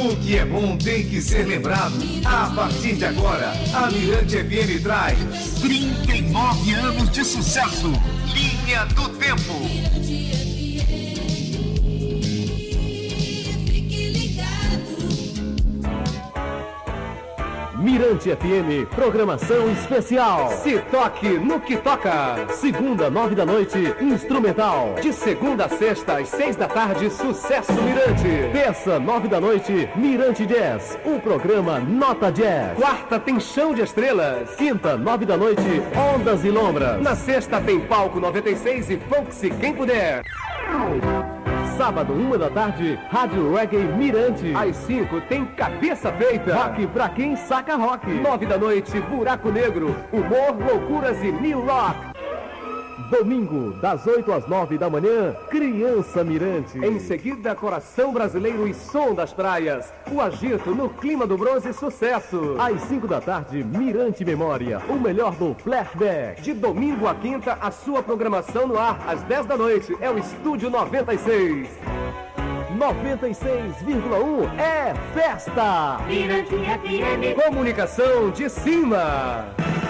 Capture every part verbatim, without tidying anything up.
O que é bom tem que ser lembrado. A partir de agora, a Mirante F M traz trinta e nove anos de sucesso. Linha do Tempo. Mirante F M, programação especial. Se toque no que toca. Segunda, nove da noite, instrumental. De segunda a sexta, às seis da tarde, Sucesso Mirante. Terça, nove da noite, Mirante Jazz. O programa Nota Jazz. Quarta tem Chão de Estrelas. Quinta, nove da noite, Ondas e Lombras. Na sexta tem Palco noventa e seis e Folk-se Quem Puder. Sábado, uma da tarde, Rádio Reggae Mirante. Às cinco tem Cabeça Feita. Rock pra quem saca rock. Nove da noite, Buraco Negro. Humor, loucuras e new rock. Domingo, das oito às nove da manhã, Criança Mirante. Em seguida, Coração Brasileiro e Som das Praias. O agito no clima do bronze sucesso. Às cinco da tarde, Mirante Memória. O melhor do flashback. De domingo a quinta, a sua programação no ar. Às dez da noite, é o Estúdio noventa e seis. noventa e seis vírgula um é festa. Mirante F M. Comunicação de cima.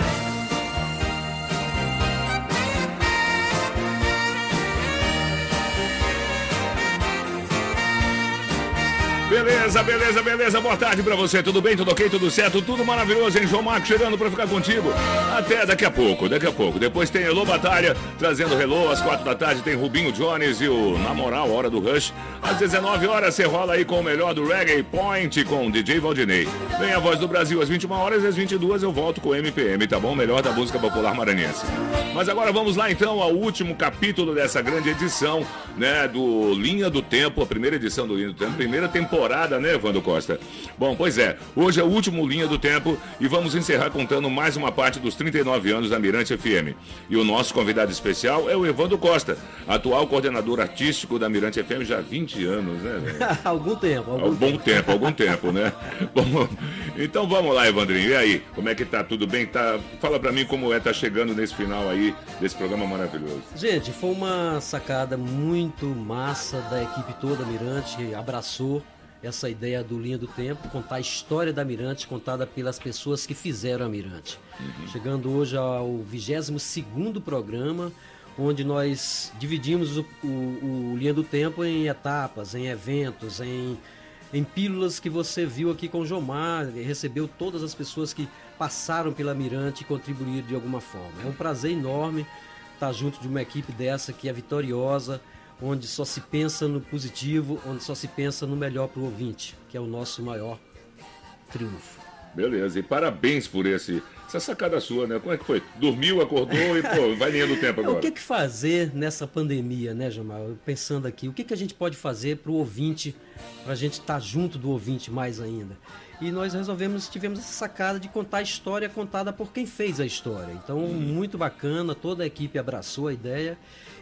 Beleza, beleza, beleza. Boa tarde pra você. Tudo bem, tudo ok, tudo certo, tudo maravilhoso, hein? João Marcos chegando pra ficar contigo até daqui a pouco, daqui a pouco. Depois tem Elô Batalha trazendo Hello. Às quatro da tarde tem Rubinho Jones e o Na Moral, Hora do Rush. Às dezenove horas você rola aí com o melhor do Reggae Point com o D J Valdinei. Vem a Voz do Brasil às vinte e uma horas e às vinte e duas eu volto com o M P M, tá bom? Melhor da música popular maranhense. Mas agora vamos lá então ao último capítulo dessa grande edição, né? Do Linha do Tempo, a primeira edição do Linha do Tempo, primeira temporada, né, Evandro Costa? Bom, pois é, hoje é o último Linha do Tempo e vamos encerrar contando mais uma parte dos trinta e nove anos da Mirante F M. E o nosso convidado especial é o Evandro Costa, atual coordenador artístico da Mirante F M já há vinte anos, né? algum tempo. Algum bom tempo. tempo, algum tempo, né? Bom, então vamos lá, Evandrinho, e aí? Como é que tá? Tudo bem? Tá... Fala pra mim como é, tá chegando nesse final aí, desse programa maravilhoso. Gente, foi uma sacada muito massa da equipe toda Mirante, abraçou essa ideia do Linha do Tempo, contar a história da Mirante, contada pelas pessoas que fizeram a Mirante. Uhum. Chegando hoje ao vigésimo segundo programa, onde nós dividimos o, o, o Linha do Tempo em etapas, em eventos, em, em pílulas que você viu aqui com o Jomar, recebeu todas as pessoas que passaram pela Mirante e contribuíram de alguma forma. É um prazer enorme estar junto de uma equipe dessa que é vitoriosa, onde só se pensa no positivo, onde só se pensa no melhor para o ouvinte, que é o nosso maior triunfo. Beleza, e parabéns por esse, essa sacada sua, né? Como é que foi? Dormiu, acordou e, pô, vai Linha do Tempo agora. O que que fazer nessa pandemia, né, Jamar? Pensando aqui, o que que a gente pode fazer para o ouvinte, para a gente estar junto do ouvinte mais ainda? E nós resolvemos, tivemos essa sacada de contar a história contada por quem fez a história. Então, hum. muito bacana, toda a equipe abraçou a ideia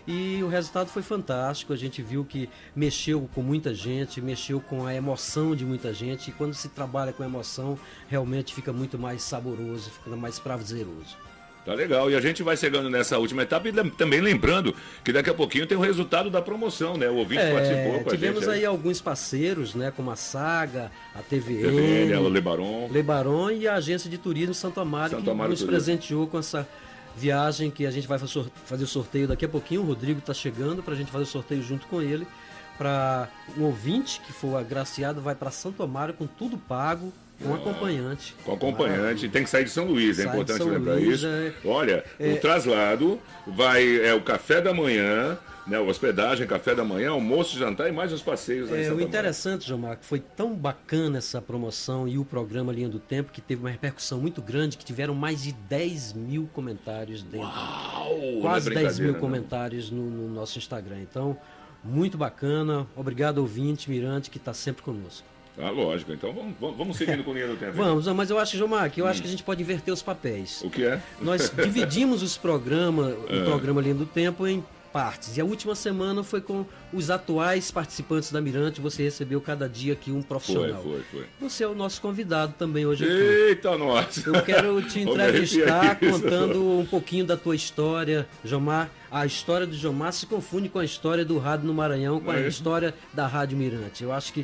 e o resultado foi fantástico. A gente viu que mexeu com muita gente, mexeu com a emoção de muita gente. E quando se trabalha com emoção, realmente fica muito mais saboroso, fica mais prazeroso. Tá legal, e a gente vai chegando nessa última etapa e também lembrando que daqui a pouquinho tem o resultado da promoção, né? O ouvinte é, participou com a gente. Tivemos aí alguns parceiros, né? Como a Saga, a T V N, T V N, o Lebaron. Lebaron e a Agência de Turismo Santo Amaro, Santo que Amaro nos Turismo. Presenteou com essa viagem que a gente vai fazer o sorteio daqui a pouquinho. O Rodrigo está chegando para a gente fazer o sorteio junto com ele. Para um ouvinte que for agraciado, vai para Santo Amaro com tudo pago. Com acompanhante. Com acompanhante. Maravilha. Tem que sair de São Luís, Sai é importante lembrar Luís, isso. É... Olha, é... o traslado vai, é o café da manhã, né, hospedagem, café da manhã, almoço, jantar e mais os passeios. É, o interessante, João Marco, foi tão bacana essa promoção e o programa Linha do Tempo, que teve uma repercussão muito grande, que tiveram mais de dez mil comentários dentro. Uau, quase é dez mil né? comentários no, no nosso Instagram. Então, muito bacana. Obrigado, ouvinte, Mirante, que está sempre conosco. Ah, lógico. Então vamos, vamos seguindo com o Linha do Tempo. Vamos, mas eu acho, João Marco, eu hum. acho que a gente pode inverter os papéis. O que é? Nós dividimos os programas, o programa Linha do Tempo em partes. E a última semana foi com os atuais participantes da Mirante. Você recebeu cada dia aqui um profissional. Foi, foi, foi. Você é o nosso convidado também hoje aqui. Eita, nossa! Eu quero te entrevistar contando um pouquinho da tua história, Jomar. A história do Jomar se confunde com a história do rádio no Maranhão, com a é. história da Rádio Mirante. Eu acho que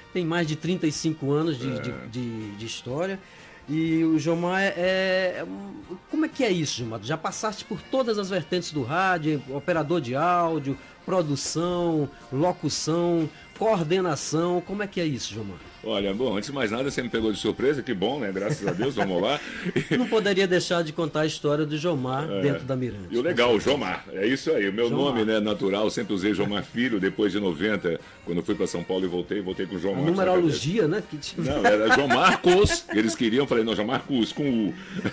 tem mais de trinta e cinco anos de, É. de, de, de história. E o Jomar é, é... Como é que é isso, Jomar? Já passaste por todas as vertentes do rádio, operador de áudio, produção, locução, coordenação. Como é que é isso, Jomar? Olha, bom, antes de mais nada, você me pegou de surpresa, que bom, né? Graças a Deus, vamos lá. Não poderia deixar de contar a história do Jomar É. dentro da Mirante. E o legal, o Jomar, é isso aí. O meu Jomar. nome, né, natural, sempre usei Jomar Filho, depois de noventa, quando eu fui para São Paulo e voltei, voltei com o João A Marcos. numerologia, né? Que te... Não, era João Marcos, eles queriam, falei, não, João Marcos, com U.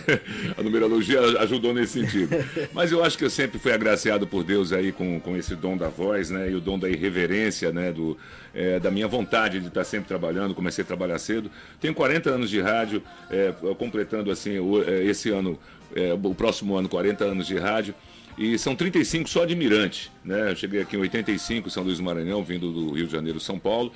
A numerologia ajudou nesse sentido. Mas eu acho que eu sempre fui agraciado por Deus aí com, com esse dom da voz, né, e o dom da irreverência, né, do, é, da minha vontade de estar sempre trabalhando. Comecei a trabalhar cedo. Tenho quarenta anos de rádio, é, completando assim, o, é, esse ano, é, o próximo ano, quarenta anos de rádio. E são trinta e cinco só de Mirante, né? Eu cheguei aqui em oitenta e cinco, São Luís do Maranhão, vindo do Rio de Janeiro, São Paulo.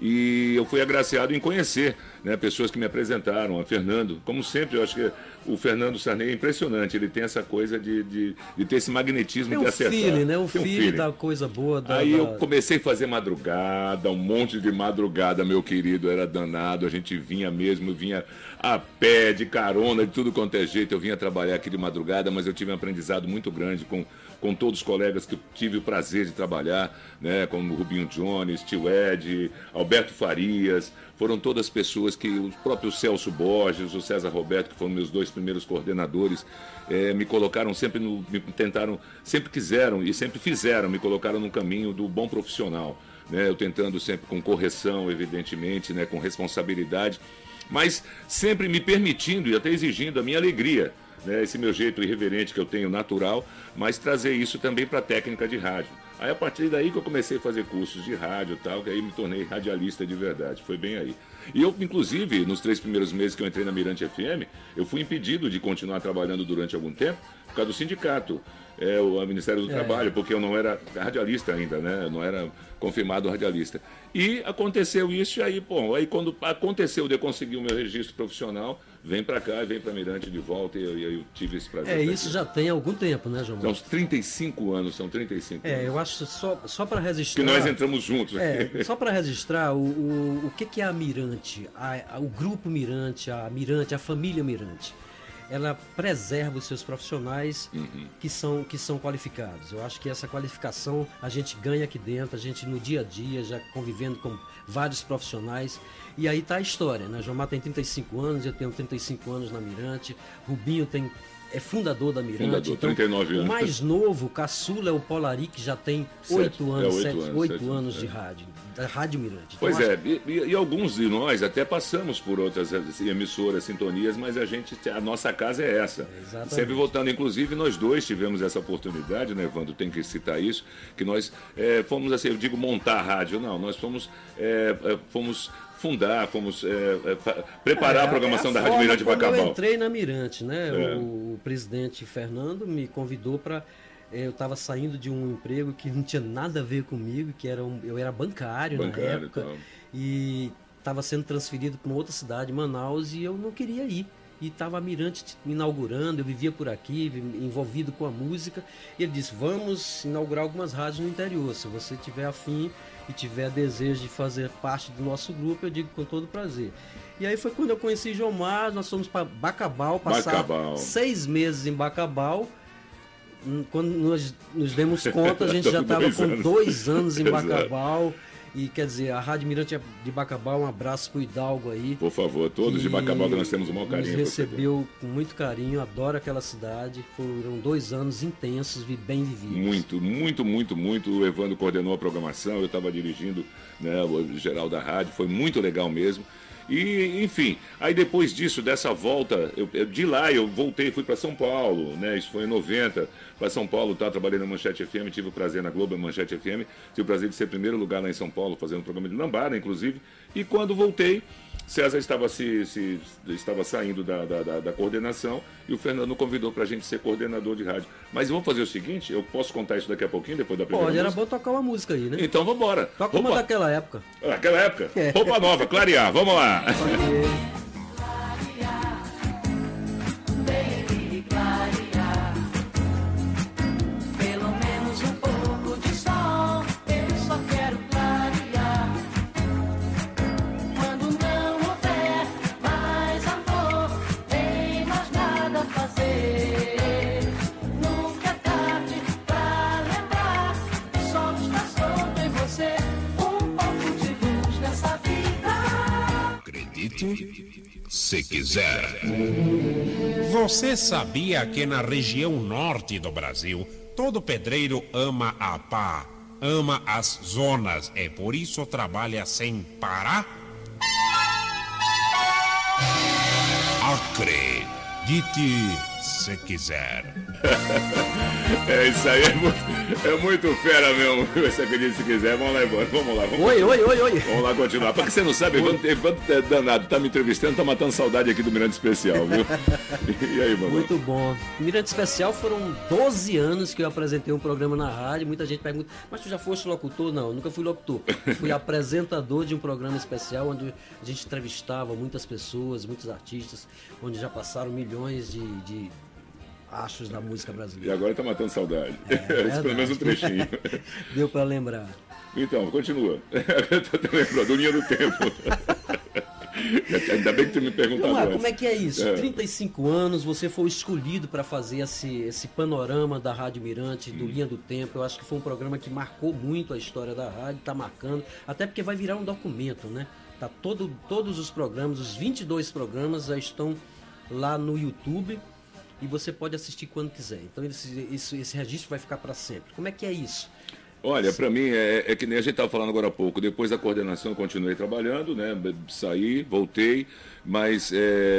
E eu fui agraciado em conhecer, né, pessoas que me apresentaram, a Fernando. Como sempre, eu acho que o Fernando Sarney é impressionante. Ele tem essa coisa de, de, de ter esse magnetismo Tem de o acertar. feeling, né? O Tem um feeling feeling. da coisa boa. Da, Aí da... eu comecei a fazer madrugada, um monte de madrugada, meu querido, era danado. A gente vinha mesmo, vinha a pé, de carona, de tudo quanto é jeito. Eu vinha trabalhar aqui de madrugada, mas eu tive um aprendizado muito grande com, com todos os colegas que eu tive o prazer de trabalhar, né? Como Rubinho Jones, Tio Ed, Alberto Farias. Foram todas pessoas que, o próprio Celso Borges, o César Roberto, que foram meus dois primeiros coordenadores, eh, me colocaram sempre, no, me tentaram, sempre quiseram e sempre fizeram, me colocaram no caminho do bom profissional, né? Eu tentando sempre com correção, evidentemente, né? Com responsabilidade, mas sempre me permitindo e até exigindo a minha alegria, né? Esse meu jeito irreverente que eu tenho natural, mas trazer isso também para a técnica de rádio. Aí a partir daí que eu comecei a fazer cursos de rádio e tal, que aí me tornei radialista de verdade, foi bem aí. E eu, inclusive, nos três primeiros meses que eu entrei na Mirante F M, eu fui impedido de continuar trabalhando durante algum tempo por causa do sindicato, é, o Ministério do É. Trabalho, porque eu não era radialista ainda, né? Eu não era confirmado radialista. E aconteceu isso, e aí, bom, aí quando aconteceu de eu conseguir o meu registro profissional, vem pra cá, vem pra Mirante de volta, e eu, e eu tive esse prazer. É, de estar isso aqui. já tem algum tempo, né, João? São uns trinta e cinco anos, são trinta e cinco É, anos. eu acho só, só para registrar. Que nós entramos juntos. É, só para registrar, o, o, o que, que é a Mirante, a, a, o grupo Mirante, a Mirante, a família Mirante. Ela preserva os seus profissionais Uhum. que, são, que são qualificados. Eu acho que essa qualificação a gente ganha aqui dentro, a gente no dia a dia, já convivendo com vários profissionais. E aí tá a história, né? Jomar tem trinta e cinco anos, eu tenho trinta e cinco anos na Mirante, Rubinho tem, é fundador da Mirante. Fundador, então, trinta e nove anos. O mais novo, o caçula, é o Polari, que já tem Sete, oito anos, é, oito sete, anos, oito sete anos anos, de é. rádio, da Rádio Mirante. Então, Pois acho- é, e, e- e alguns de nós até passamos por outras emissoras, sintonias, mas a gente, a nossa casa é essa. Exatamente. Sempre voltando, inclusive nós dois tivemos essa oportunidade, né, Evandro, tem que citar isso, que nós é, fomos, assim, eu digo montar a rádio, não, nós fomos, é, é, fomos fundar, fomos é, é, fa- preparar É, a programação é a da Rádio forma Mirante quando eu Bacabal. entrei na Mirante, né? É. O, o presidente Fernando me convidou para eu estava saindo de um emprego que não tinha nada a ver comigo, que era um, eu era bancário, Bancário, na época então. e estava sendo transferido para uma outra cidade, Manaus, e eu não queria ir. E estava a Mirante inaugurando, eu vivia por aqui, envolvido com a música. E ele disse, vamos inaugurar algumas rádios no interior. Se você tiver afim e tiver desejo de fazer parte do nosso grupo, eu digo com todo prazer. E aí foi quando eu conheci Jomar, nós fomos para Bacabal, passar Bacabal. seis meses em Bacabal. Quando nós nos demos conta, a gente já estava Dois com anos. dois anos em Exato. Bacabal. E quer dizer, a Rádio Mirante de Bacabal, um abraço pro Hidalgo aí. Por favor, todos de que Bacabal que nós temos o maior carinho. Nos por você. recebeu com muito carinho, adoro aquela cidade. Foram dois anos intensos e bem vividos. Muito, muito, muito, muito. O Evandro coordenou a programação, eu estava dirigindo, né, o geral da rádio, foi muito legal mesmo. E, enfim, aí depois disso, dessa volta, eu, eu- de lá eu voltei, fui para São Paulo, né? Isso foi em noventa, para São Paulo, tá? Trabalhei na Manchete F M, tive o prazer na Globo, na Manchete F M, tive o prazer de ser primeiro lugar lá em São Paulo, fazendo um programa de lambada, inclusive. E quando voltei, César estava, se, se- estava saindo da, da, da- da coordenação e o Fernando convidou para a gente ser coordenador de rádio. Mas vamos fazer o seguinte, eu posso contar isso daqui a pouquinho, depois da primeira Pode, era música? bom tocar uma música aí, né? Então vamos embora. Toca uma daquela época. Naquela época, É. roupa nova, clarear, vamos lá. Pelo menos um pouco de sol, eu só quero clarear. Acredite, se quiser. Você sabia que na região norte do Brasil, todo pedreiro ama a pá, ama as zonas e por isso trabalha sem parar? Acredite, se quiser. É, isso aí é muito, é muito fera mesmo. Você acredita se quiser, vamos lá embora. Vamos lá. Vamos oi, oi, oi, oi. Vamos lá continuar. Pra que você não sabe, Evandro, Evandro é danado, tá me entrevistando, tá matando saudade aqui do Mirante Especial, viu? E aí, mano? Muito bom. Mirante Especial foram doze anos que eu apresentei um programa na rádio. Muita gente pergunta, mas tu já foste locutor? Não, nunca fui locutor. Fui apresentador de um programa especial onde a gente entrevistava muitas pessoas, muitos artistas, onde já passaram milhões de... de achos da música brasileira. E agora tá matando saudade. É, pelo menos um trechinho. Deu pra lembrar. Então, continua. Tô até lembrando, do linha do tempo. Ainda bem que tu me perguntou agora. Como é que é isso? É. trinta e cinco anos, você foi escolhido para fazer esse, esse panorama da Rádio Mirante, do hum. Linha do Tempo. Eu acho que foi um programa que marcou muito a história da rádio, tá marcando, até porque vai virar um documento, né? Tá todo, todos os programas, os vinte e dois programas já estão lá no YouTube. E você pode assistir quando quiser. Então esse, esse, esse registro vai ficar para sempre. Como é que é isso? Olha, para mim é, é que nem a gente estava falando agora há pouco. Depois da coordenação eu continuei trabalhando, né? Saí, voltei, mas é,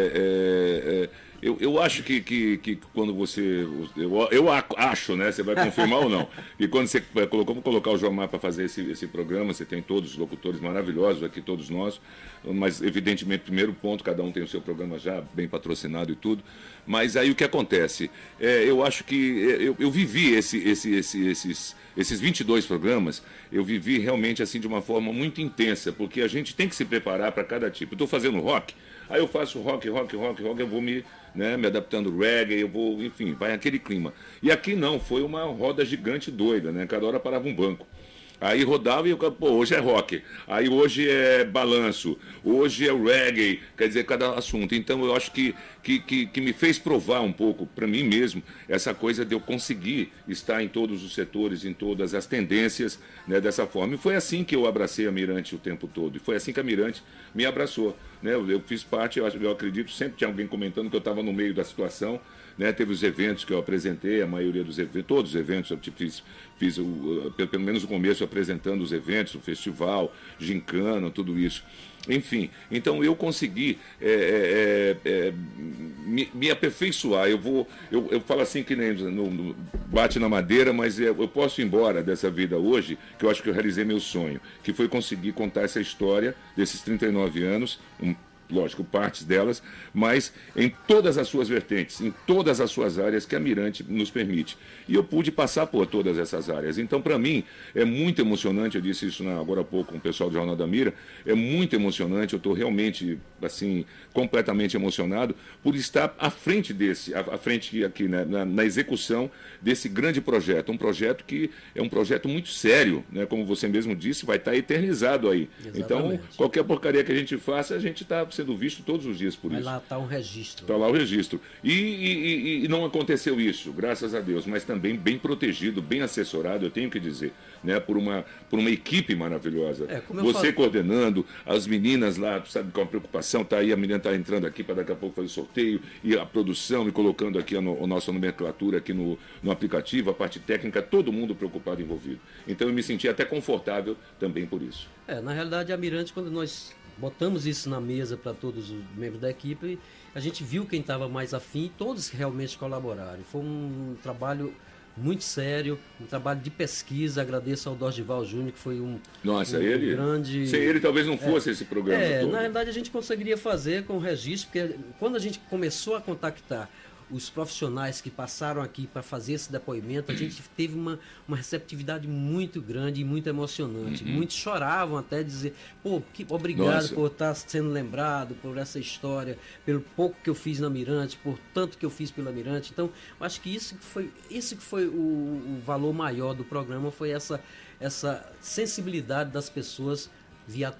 é, é, eu, eu acho que, que, que quando você... Eu, eu acho, né? Você vai confirmar ou não? E quando você colocou, vou colocar o Jomar para fazer esse, esse programa, você tem todos os locutores maravilhosos aqui, todos nós, mas evidentemente, primeiro ponto, cada um tem o seu programa já bem patrocinado e tudo. Mas aí o que acontece? É, eu acho que eu, eu vivi esse, esse, esse, esses, esses vinte e dois programas, eu vivi realmente assim de uma forma muito intensa, porque a gente tem que se preparar para cada tipo. Eu estou fazendo rock, aí eu faço rock, rock, rock, rock, eu vou me, né, me adaptando reggae, eu vou, enfim, vai aquele clima. E aqui não, foi uma roda gigante doida, né? Cada hora parava um banco. Aí rodava e eu, pô, hoje é rock, aí hoje é balanço, hoje é reggae, quer dizer, cada assunto. Então eu acho que, que, que, que me fez provar um pouco, para mim mesmo, essa coisa de eu conseguir estar em todos os setores, em todas as tendências, né, dessa forma. E foi assim que eu abracei a Mirante o tempo todo, e foi assim que a Mirante me abraçou. Né? Eu, eu fiz parte, eu, eu acredito, sempre tinha alguém comentando que eu estava no meio da situação. Né, teve os eventos que eu apresentei, a maioria dos eventos, todos os eventos, eu fiz, fiz o, pelo menos no começo apresentando os eventos, o festival, gincana, tudo isso. Enfim, então eu consegui é, é, é, me, me aperfeiçoar. Eu vou, eu, eu falo assim que nem no, no, bate na madeira, mas eu, eu posso ir embora dessa vida hoje, que eu acho que eu realizei meu sonho, que foi conseguir contar essa história desses trinta e nove anos, um, lógico, partes delas, mas em todas as suas vertentes, em todas as suas áreas que a Mirante nos permite. E eu pude passar por todas essas áreas. Então, para mim, é muito emocionante, eu disse isso agora há pouco com o pessoal do Jornal da Mira, é muito emocionante, eu estou realmente, assim, completamente emocionado por estar à frente desse, à frente aqui, né, na, na execução desse grande projeto, um projeto que é um projeto muito sério, né, como você mesmo disse, vai estar eternizado aí. Exatamente. Então, qualquer porcaria que a gente faça, a gente está sendo visto todos os dias por Vai isso. Lá está um registro. Está lá o registro. E, e, e não aconteceu isso, graças a Deus, mas também bem protegido, bem assessorado, eu tenho que dizer, né, por uma, por uma equipe maravilhosa. É, Você falo... coordenando, as meninas lá, sabe, com a preocupação, tá aí, a menina está entrando aqui para daqui a pouco fazer sorteio, e a produção, e colocando aqui a, a nossa nomenclatura aqui no, no aplicativo, a parte técnica, todo mundo preocupado e envolvido. Então eu me senti até confortável também por isso. É, na realidade, a Mirante, quando nós botamos isso na mesa para todos os membros da equipe, a gente viu quem estava mais afim e todos realmente colaboraram. Foi um trabalho muito sério, um trabalho de pesquisa. Agradeço ao Dorival Júnior, que foi um, Nossa, um ele, grande... Sem ele talvez não fosse é, esse programa é, todo. Na verdade, a gente conseguiria fazer com o registro, porque quando a gente começou a contactar os profissionais que passaram aqui para fazer esse depoimento, a gente teve uma, uma receptividade muito grande e muito emocionante. Uhum. Muitos choravam até dizer, pô, que, obrigado Nossa. por estar sendo lembrado por essa história, pelo pouco que eu fiz na Mirante, por tanto que eu fiz pela Mirante. Então, eu acho que isso que foi, isso que foi o, o valor maior do programa, foi essa, essa sensibilidade das pessoas via tona.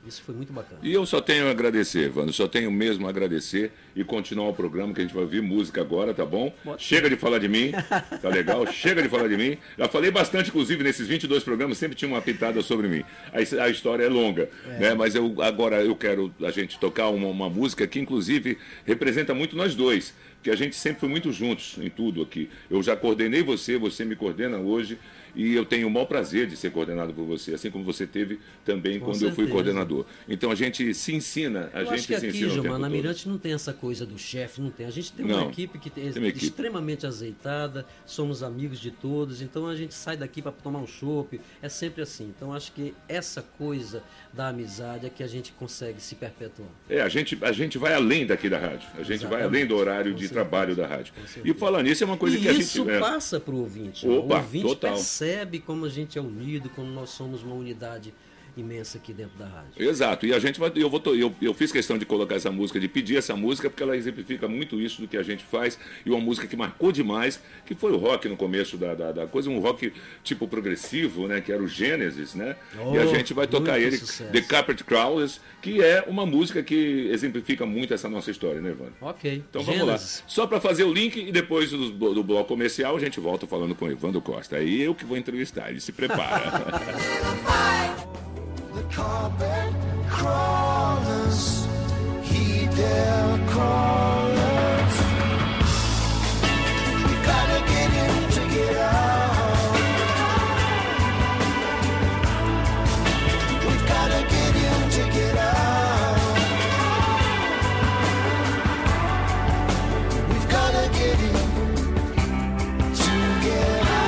Isso foi muito bacana. E eu só tenho a agradecer, Evandro, só tenho mesmo a agradecer e continuar o programa, que a gente vai ouvir música agora, tá bom? Pode Chega ser. de falar de mim, tá legal? Chega de falar de mim. Já falei bastante, inclusive, nesses vinte e dois programas, sempre tinha uma pitada sobre mim. A, a história é longa, é. né? Mas eu, agora eu quero a gente tocar uma, uma música que, inclusive, representa muito nós dois, que a gente sempre foi muito juntos em tudo aqui. Eu já coordenei você, você me coordena hoje, e eu tenho o maior prazer de ser coordenado por você, assim como você teve também Com quando certeza. eu fui coordenador. Então a gente se ensina, a eu gente acho que se aqui, ensina o Gilmar, tempo na todo. Mirante não tem essa coisa do chefe, não tem. A gente tem não, uma equipe que é uma equipe. extremamente azeitada, somos amigos de todos, então a gente sai daqui para tomar um chopp, é sempre assim. Então acho que essa coisa da amizade é que a gente consegue se perpetuar. É, a gente, a gente vai além daqui da rádio, a gente Exatamente. vai além do horário Com de certeza. trabalho da rádio. E falando nisso, é uma coisa e que a gente... isso é... passa para o ouvinte. Opa, o ouvinte total. percebe como a gente é unido, como nós somos uma unidade imensa aqui dentro da rádio. Exato, e a gente vai, eu, vou, eu, eu fiz questão de colocar essa música, de pedir essa música, porque ela exemplifica muito isso do que a gente faz, e uma música que marcou demais, que foi o rock no começo da, da, da coisa, um rock tipo progressivo, né, que era o Gênesis, né, oh, e a gente vai tocar ele, sucesso. The Carpet Crawlers, que é uma música que exemplifica muito essa nossa história, né, Evandro? Ok. Então vamos Gênesis. lá, só para fazer o link, e depois do, do bloco comercial, a gente volta falando com o Evandro Costa, aí eu que vou entrevistar, ele se prepara. The carpet crawlers, heed their callers. You gotta get in to get out. We've gotta get in to get out. We've gotta get in to get out.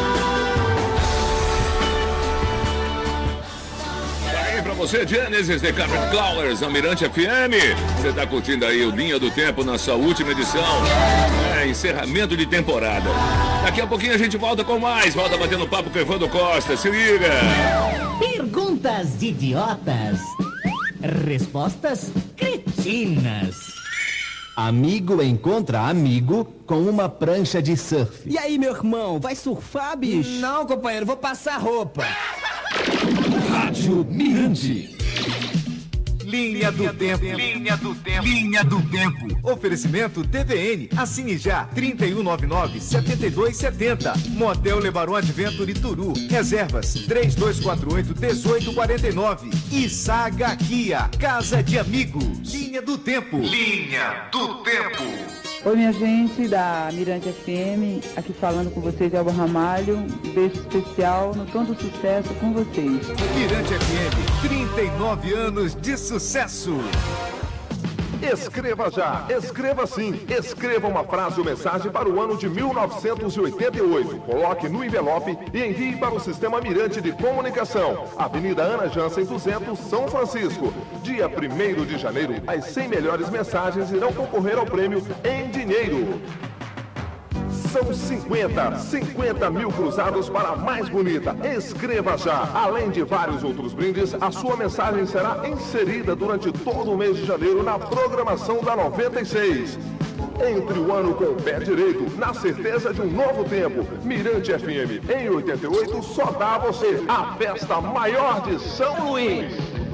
Pra você, Genesis, The Carpet Crawlers, Almirante F M. Você tá curtindo aí o Linha do Tempo na sua última edição. É, encerramento de temporada. Daqui a pouquinho a gente volta com mais. Volta batendo papo com o Evandro Costa. Se liga. Perguntas de idiotas. Respostas cretinas. Amigo encontra amigo com uma prancha de surf. E aí, meu irmão, vai surfar, bicho? Não, companheiro, vou passar roupa. Rádio Mirante. Linha do Tempo. Linha do Tempo. Linha do Tempo. Oferecimento T V N. Assine já. trinta e um noventa e nove, setenta e dois setenta. Motel Lebaron Adventure Turu. Reservas três dois quatro oito, um oito quatro nove. E Saga Kia. Casa de Amigos. Linha do Tempo. Linha do Tempo. Oi, minha gente da Mirante F M, aqui falando com vocês, Elba Ramalho. Um beijo especial no Tom do Sucesso com vocês. Mirante F M, trinta e nove anos de sucesso. Escreva já, escreva sim, escreva uma frase ou mensagem para o ano de mil novecentos e oitenta e oito. Coloque no envelope e envie para o Sistema Mirante de Comunicação, Avenida Ana Jansen duzentos, São Francisco. Dia primeiro de janeiro, as cem melhores mensagens irão concorrer ao prêmio em dinheiro. São cinquenta, cinquenta mil cruzados para a mais bonita. Escreva já. Além de vários outros brindes, a sua mensagem será inserida durante todo o mês de janeiro na programação da noventa e seis. Entre o ano com o pé direito, na certeza de um novo tempo. Mirante F M, em oitenta e oito, só dá a você a festa maior de São Luís.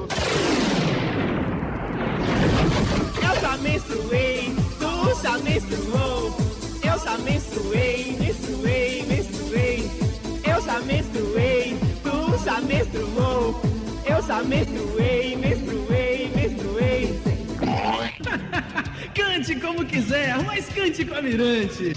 Eu já menstruei, tu já menstruou. Eu já menstruei, menstruei, menstruei. Eu já menstruei, tu já menstruou. Eu já menstruei, menstruei, menstruei. Cante como quiser, mas cante com a Mirante.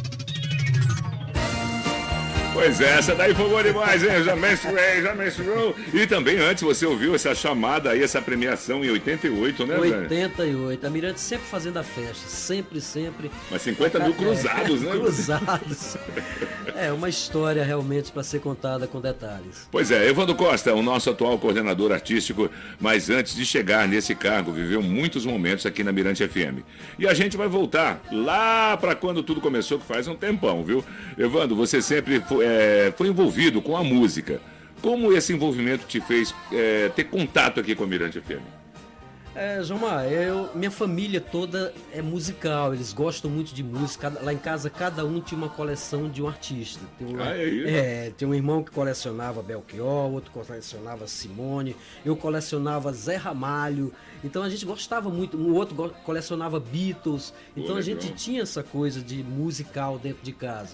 Pois é, essa daí foi boa demais, hein? Já menstruei, já menstruou. E também antes você ouviu essa chamada aí, essa premiação em oitenta e oito, né, velho? oitenta e oito. A Mirante sempre fazendo a festa. Sempre, sempre. Mas cinquenta mil cruzados, é, né? Cruzados. É uma história realmente para ser contada com detalhes. Pois é, Evandro Costa, o nosso atual coordenador artístico, mas antes de chegar nesse cargo, viveu muitos momentos aqui na Mirante F M. E a gente vai voltar lá para quando tudo começou, que faz um tempão, viu? Evandro, você sempre foi, é, foi envolvido com a música. Como esse envolvimento te fez é, ter contato aqui com a Mirante F M? É, Jomar, eu, minha família toda é musical, eles gostam muito de música. Lá em casa, cada um tinha uma coleção de um artista. Tem, uma, ah, é isso? É, tem um irmão que colecionava Belchior, outro colecionava Simone, eu colecionava Zé Ramalho. Então a gente gostava muito, um outro go- colecionava Beatles. Então Pô, a gente legal. tinha essa coisa de musical dentro de casa.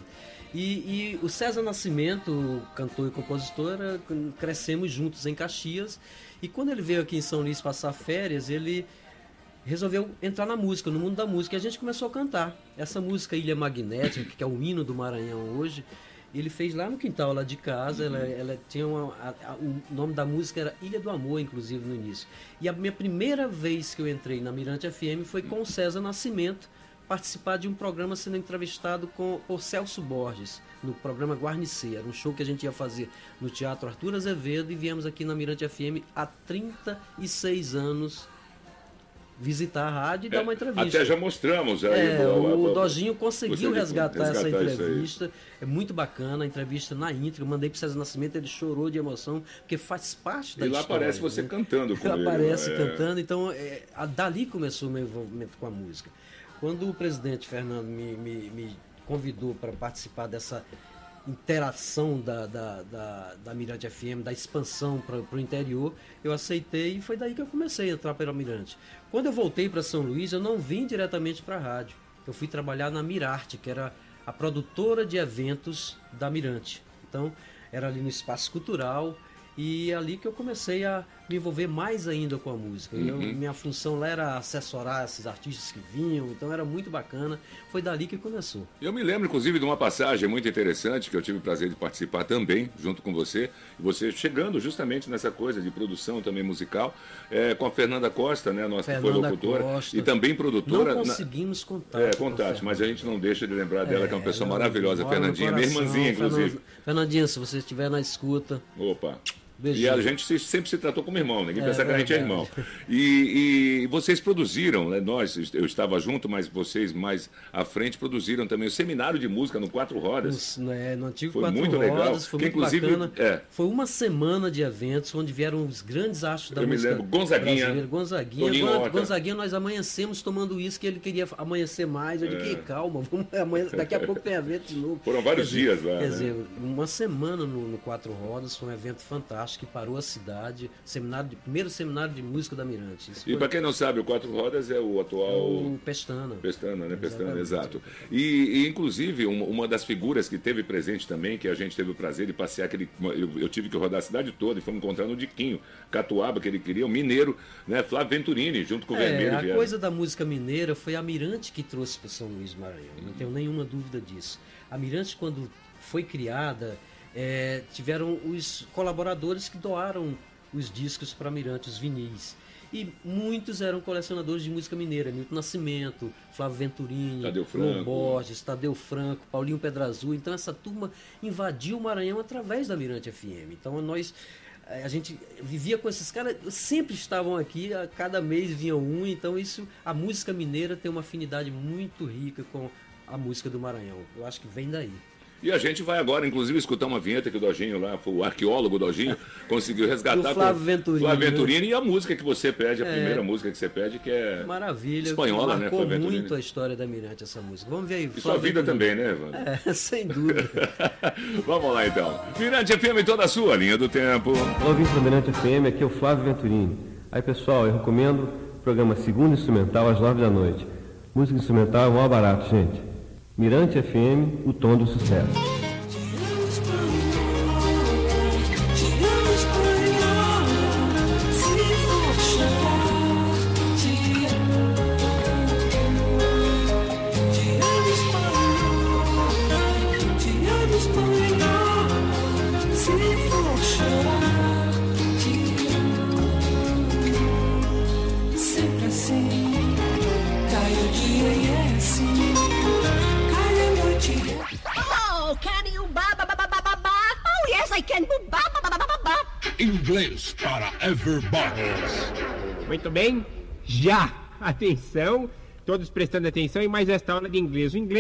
E, e o César Nascimento, cantor e compositor, era- crescemos juntos em Caxias. E quando ele veio aqui em São Luís passar férias, ele resolveu entrar na música, no mundo da música. E a gente começou a cantar. Essa música Ilha Magnética, que é o hino do Maranhão hoje, ele fez lá no quintal lá de casa. Ela, ela tinha uma, a, a, o nome da música era Ilha do Amor, inclusive, no início. E a minha primeira vez que eu entrei na Mirante F M foi com o César Nascimento, participar de um programa sendo entrevistado com o Celso Borges, no programa Guarnicer. Era um show que a gente ia fazer no Teatro Arthur Azevedo e viemos aqui na Mirante F M há trinta e seis anos visitar a rádio e dar uma entrevista. Até já mostramos. Aí, É, a- a- o a- Dojinho conseguiu você resgatar, essa resgatar isso aí. entrevista. É muito bacana, a entrevista na íntegra. Eu mandei para o César Nascimento, ele chorou de emoção, porque faz parte da E lá história. aparece você né? cantando com ele. Aparece É. cantando, então é, a- dali começou o meu envolvimento com a música. Quando o presidente Fernando me, me, me convidou para participar dessa interação da, da, da, da Mirante F M, da expansão para o interior, eu aceitei e foi daí que eu comecei a entrar pela Mirante. Quando eu voltei para São Luís, eu não vim diretamente para a rádio. Eu fui trabalhar na Mirarte, que era a produtora de eventos da Mirante. Então, era ali no Espaço Cultural. E é ali que eu comecei a me envolver mais ainda com a música. Eu, Uhum. minha função lá era assessorar esses artistas que vinham, então era muito bacana. Foi dali que começou. Eu me lembro, inclusive, de uma passagem muito interessante que eu tive o prazer de participar também, junto com você. E você chegando justamente nessa coisa de produção também musical, é, com a Fernanda Costa, né, nossa que foi Fernanda locutora, Costa. e também produtora. Não na- conseguimos contato. É, com a contato, Fernanda. mas a gente não deixa de lembrar dela, que é uma pessoa ela maravilhosa, mora no Fernandinha, minha coração. irmãzinha, inclusive. Fernanda- Fernandinha, se você estiver na escuta. Opa. Beijinho. E a gente se- sempre se tratou como irmão, ninguém É pensa que a gente é verdade. irmão. E, e vocês produziram, né? Nós, eu estava junto, mas vocês mais à frente produziram também o seminário de música no Quatro Rodas. No, é, no antigo Foi Quatro muito Rodas, legal. foi Que, muito inclusive, bacana. é. Foi uma semana de eventos onde vieram os grandes astros da Eu me música lembro, Gonzaguinha, brasileira. Gonzaguinha. Toninho Gon- Horta. Gonzaguinha, nós amanhecemos tomando uísque, ele queria amanhecer mais. Eu É. disse, calma, vamos amanhã, daqui a pouco tem evento de novo. Foram vários Quer dizer, dias lá, Quer né? dizer, uma semana no, no Quatro Rodas, foi um evento fantástico que parou a cidade. Seminário de, primeiro seminário de música da Mirante. Isso E foi para quem não sabe, o Quatro Rodas é o atual... o Pestana. Pestana, né? Pestana, Exatamente. exato. E, e, inclusive, um- uma das figuras que teve presente também, que a gente teve o prazer de passear, aquele, eu, eu tive que rodar a cidade toda e fomos encontrando o Diquinho, Catuaba, que ele queria, o mineiro, né? Flávio Venturini, junto com o É, Vermelho. a vieram. coisa da música mineira foi a Mirante que trouxe para São Luís do Maranhão, não tenho nenhuma dúvida disso. A Mirante, quando foi criada, é, tiveram os colaboradores que doaram os discos para a Mirante, os vinis. E muitos eram colecionadores de música mineira, Milton Nascimento, Flávio Venturini, Tadeu Franco. Lô Borges, Tadeu Franco, Paulinho Pedrazul. Então essa turma invadiu o Maranhão através da Mirante F M. Então nós, eh, a gente vivia com esses caras, sempre estavam aqui, a cada mês vinha um. Então isso, a música mineira tem uma afinidade muito rica com a música do Maranhão. Eu acho que vem daí. E a gente vai agora, inclusive, escutar uma vinheta que o Dojinho lá, o arqueólogo Dojinho, conseguiu resgatar Do Flávio com Venturini, Flávio né? Venturini, e a música que você pede, a É. primeira música que você pede, que é Maravilha. espanhola, né? Marcou Flávio Venturini. muito a história da Mirante essa música. Vamos ver aí. E sua vida também, né, Evandro? É, sem dúvida. Vamos lá, então. Mirante F M, toda a sua linha do tempo. Olá, ouvinte da Mirante F M, aqui é o Flávio Venturini. Aí, pessoal, eu recomendo o programa Segundo Instrumental às nove da noite. Música instrumental é o maior barato, gente. Mirante F M, o tom do sucesso. Sempre assim, cai o dia e é assim, cai a noite. Oh, can you ba ba ba ba ba ba ba? Oh yes, I can ba ba ba ba ba ba. Inglês para everybody. Muito bem, já! Atenção, todos prestando atenção em mais esta aula de inglês. O inglês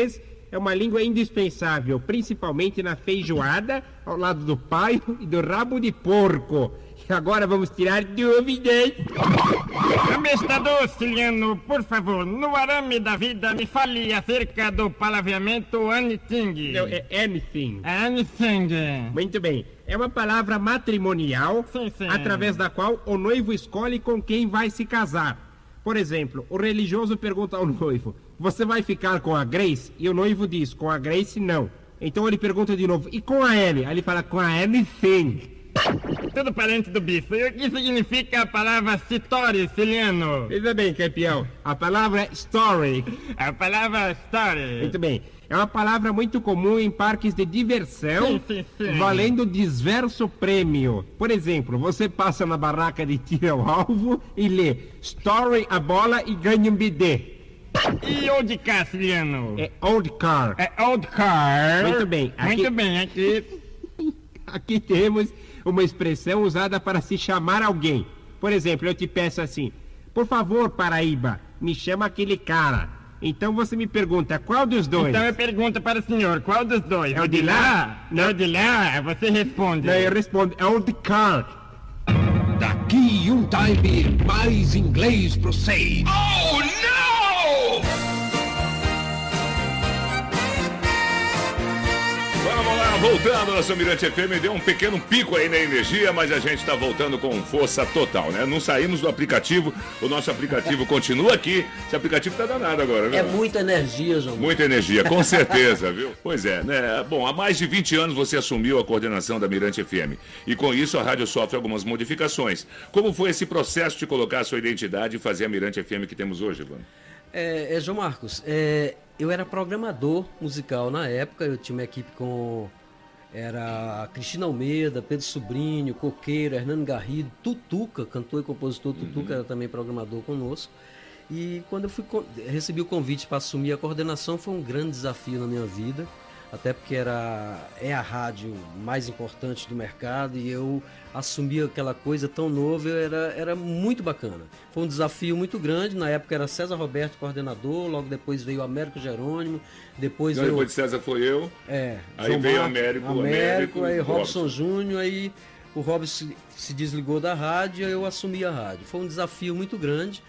é uma língua indispensável, principalmente na feijoada, ao lado do paio e do rabo de porco. E agora vamos tirar dúvidas. Amestador Ciliano, por favor, no arame da vida me fale acerca do palavreamento anything. Não, é anything. Anything. Muito bem. É uma palavra matrimonial, sim, sim. através da qual o noivo escolhe com quem vai se casar. Por exemplo, o religioso pergunta ao noivo: você vai ficar com a Grace? E o noivo diz: com a Grace não. Então ele pergunta de novo: e com a Ellie? Aí ele fala: com a anything. Tudo parente do bicho. E o que significa a palavra story, Ciliano? Veja bem, campeão. A palavra é story. A palavra story. Muito bem. É uma palavra muito comum em parques de diversão, sim, sim, sim. valendo diverso prêmio. Por exemplo, você passa na barraca de tiro ao alvo e lê story a bola e ganha um bidê. E old car, Ciliano? É old car. É old car. Muito bem. Aqui... Muito bem, aqui... Aqui temos uma expressão usada para se chamar alguém. Por exemplo, eu te peço assim: por favor, Paraíba, me chama aquele cara. Então você me pergunta, qual dos dois? Então eu pergunto para o senhor, qual dos dois? É o de lá? Não, é o de lá, você responde. Não, eu respondo, é o de car. Daqui um time, mais inglês pro seis. Oh, não! Vamos lá, voltando, nosso Mirante F M, deu um pequeno pico aí na energia, mas a gente tá voltando com força total, né? Não saímos do aplicativo, o nosso aplicativo continua aqui, esse aplicativo tá danado agora, viu? É muita energia, João. Muita energia, com certeza, viu? Pois é, né? Bom, há mais de vinte anos você assumiu a coordenação da Mirante F M, e com isso a rádio sofre algumas modificações. Como foi esse processo de colocar a sua identidade e fazer a Mirante F M que temos hoje, Evandro? É, é, João Marcos, é, eu era programador musical na época, eu tinha uma equipe com... Era a Cristina Almeida, Pedro Sobrinho, Coqueiro, Hernando Garrido, Tutuca, cantor e compositor Tutuca, uhum. era também programador conosco. E quando eu fui, recebi o convite para assumir a coordenação, foi um grande desafio na minha vida, até porque era, é a rádio mais importante do mercado e eu assumi aquela coisa tão nova, era, era muito bacana. Foi um desafio muito grande, na época era César Roberto coordenador, logo depois veio Américo Jerônimo, depois Não, veio... depois de César foi eu, é, aí João veio Marcos, Américo, Américo, Américo, aí Robson. Robson Júnior, aí o Robson se, se desligou da rádio e eu assumi a rádio. Foi um desafio muito grande.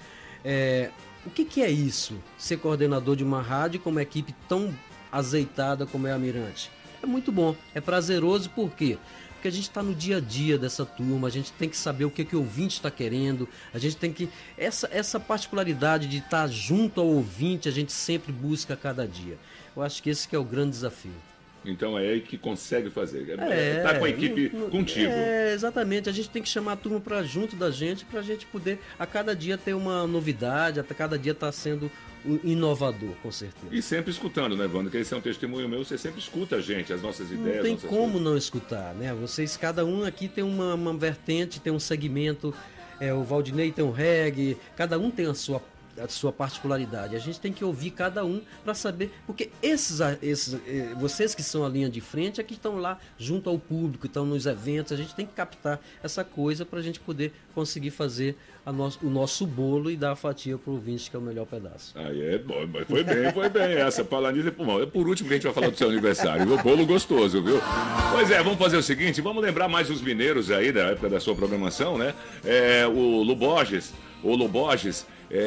É, o que, que é isso, ser coordenador de uma rádio com uma equipe tão azeitada como é a Mirante? É muito bom, é prazeroso, por quê? Porque a gente está no dia a dia dessa turma, a gente tem que saber o que, que o ouvinte está querendo, a gente tem que... Essa, essa particularidade de estar junto ao ouvinte, a gente sempre busca a cada dia. Eu acho que esse que é o grande desafio. Então é aí que consegue fazer, é, tá com a equipe no, no, contigo. É, exatamente, a gente tem que chamar a turma para junto da gente, para a gente poder a cada dia ter uma novidade, a cada dia estar tá sendo inovador, com certeza. E sempre escutando, né, Wanda? Que esse é um testemunho meu, você sempre escuta a gente, as nossas ideias. Não tem nossas como coisas. não escutar, né? Vocês, cada um aqui tem uma, uma vertente, tem um segmento, é, o Valdinei tem um reggae, cada um tem a sua a sua particularidade. A gente tem que ouvir cada um para saber, porque esses, esses vocês que são a linha de frente é que estão lá junto ao público, estão nos eventos, a gente tem que captar essa coisa para a gente poder conseguir fazer a nosso, o nosso bolo e dar a fatia para o ouvinte, que é o melhor pedaço. Aí é bom, foi bem, foi bem essa. Falar nisso, é por último que a gente vai falar do seu aniversário, o bolo gostoso, viu? Pois é, vamos fazer o seguinte, vamos lembrar mais os mineiros aí da época da sua programação, né? É, o Lu Borges, o Lu Borges,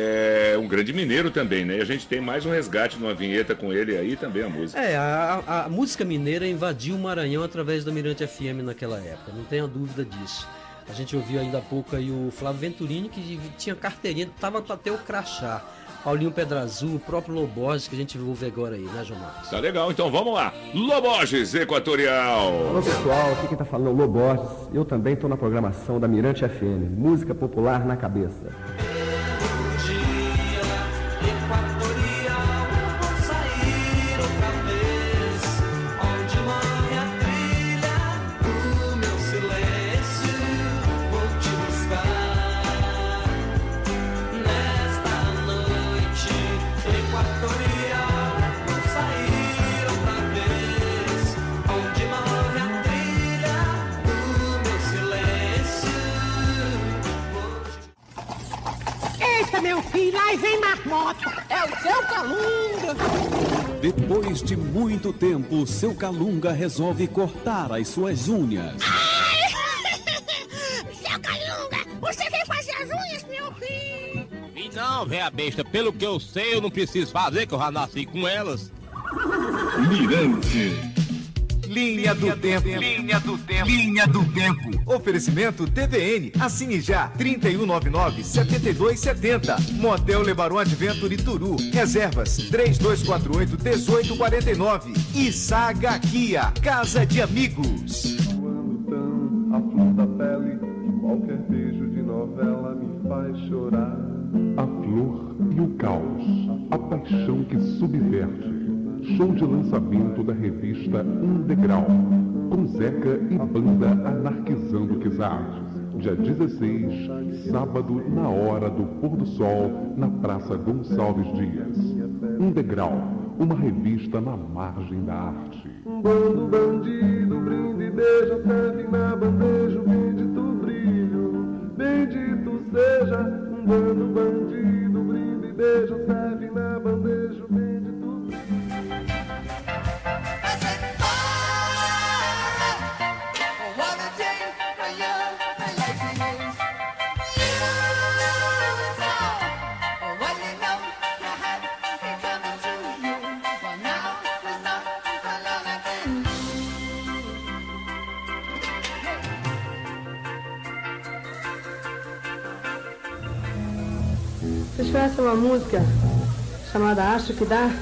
é um grande mineiro também, né? E a gente tem mais um resgate numa vinheta com ele aí também, a música. É, a, a, a música mineira invadiu o Maranhão através da Mirante F M naquela época, não tenha dúvida disso. A gente ouviu ainda há pouco aí o Flávio Venturini, que tinha carteirinha, tava para ter o crachá. Paulinho Pedra Azul, o próprio Loborges, que a gente ouve agora aí, né, João Marcos? Tá legal, então vamos lá. Loborges Equatorial. Alô, pessoal, aqui quem tá falando é o Loborges. Eu também tô na programação da Mirante F M, música popular na cabeça. E lá vem marmota. É o seu Calunga. Depois de muito tempo, seu Calunga resolve cortar as suas unhas. Seu Calunga, você veio fazer as unhas, meu filho? E não, véia besta, pelo que eu sei, eu não preciso fazer, que eu já nasci com elas. Mirante. Linha do Tempo. Linha do Tempo. Linha do Tempo. Oferecimento T V N. Assine já. trinta e um noventa e nove, setenta e dois setenta. Motel Lebaron Adventure Turu. Reservas três dois quatro oito, um oito quatro nove. E Saga Kia. Casa de Amigos. A flor da pele, qualquer beijo de novela me faz chorar. A flor e o caos, a paixão que subverte. Show de lançamento da revista Um Degrau, com Zeca e banda anarquizando Kizar. Dia dezesseis, sábado, na hora do pôr do sol, na Praça Gonçalves Dias. Um Degrau, uma revista na margem da arte. Um bando bandido, brinde, beija, serve na bandeja, o bendito brilho, bendito seja. Um bando bandido, brinde, beija, serve na bandeja, o bendito brilho. Vocês conhecem uma música chamada Acho que Dá?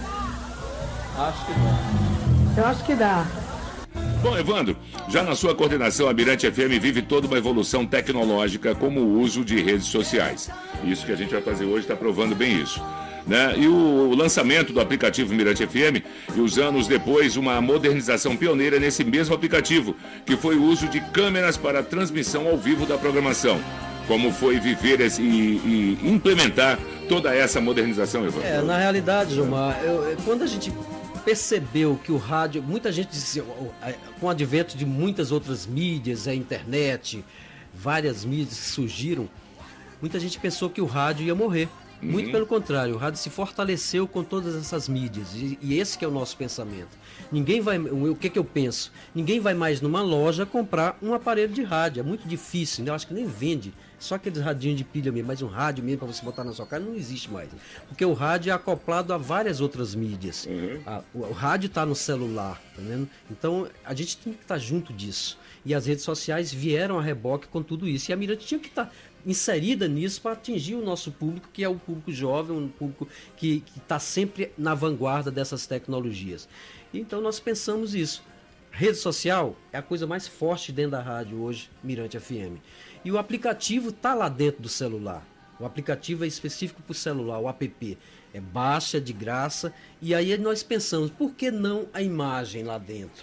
Acho que dá. Eu acho que dá. Bom, Evandro, já na sua coordenação, a Mirante F M vive toda uma evolução tecnológica como o uso de redes sociais. Isso que a gente vai fazer hoje está provando bem isso. Né? E o lançamento do aplicativo Mirante F M e os anos depois uma modernização pioneira nesse mesmo aplicativo, que foi o uso de câmeras para a transmissão ao vivo da programação. Como foi viver esse, e, e implementar toda essa modernização, Evandro? É, na realidade, Gilmar, eu, quando a gente percebeu que o rádio, muita gente dizia, com o advento de muitas outras mídias, a internet, várias mídias que surgiram, muita gente pensou que o rádio ia morrer. Uhum. Muito pelo contrário, o rádio se fortaleceu com todas essas mídias, e, e esse que é o nosso pensamento. Ninguém vai, o que que eu penso? Ninguém vai mais numa loja comprar um aparelho de rádio, é muito difícil, né? Eu acho que nem vende, só aqueles radinhos de pilha mesmo, mas um rádio mesmo para você botar na sua casa não existe mais, porque o rádio é acoplado a várias outras mídias. Uhum. a, o, o rádio está no celular, tá vendo? Então a gente tem que estar tá junto disso, e as redes sociais vieram a reboque com tudo isso, e a Mirante tinha que estar tá inserida nisso para atingir o nosso público, que é o público jovem, um público que está sempre na vanguarda dessas tecnologias. Então nós pensamos isso. Rede social é a coisa mais forte dentro da rádio hoje, Mirante F M. E o aplicativo está lá dentro do celular. O aplicativo é específico para o celular, o app. É baixa, é de graça. E aí nós pensamos, por que não a imagem lá dentro?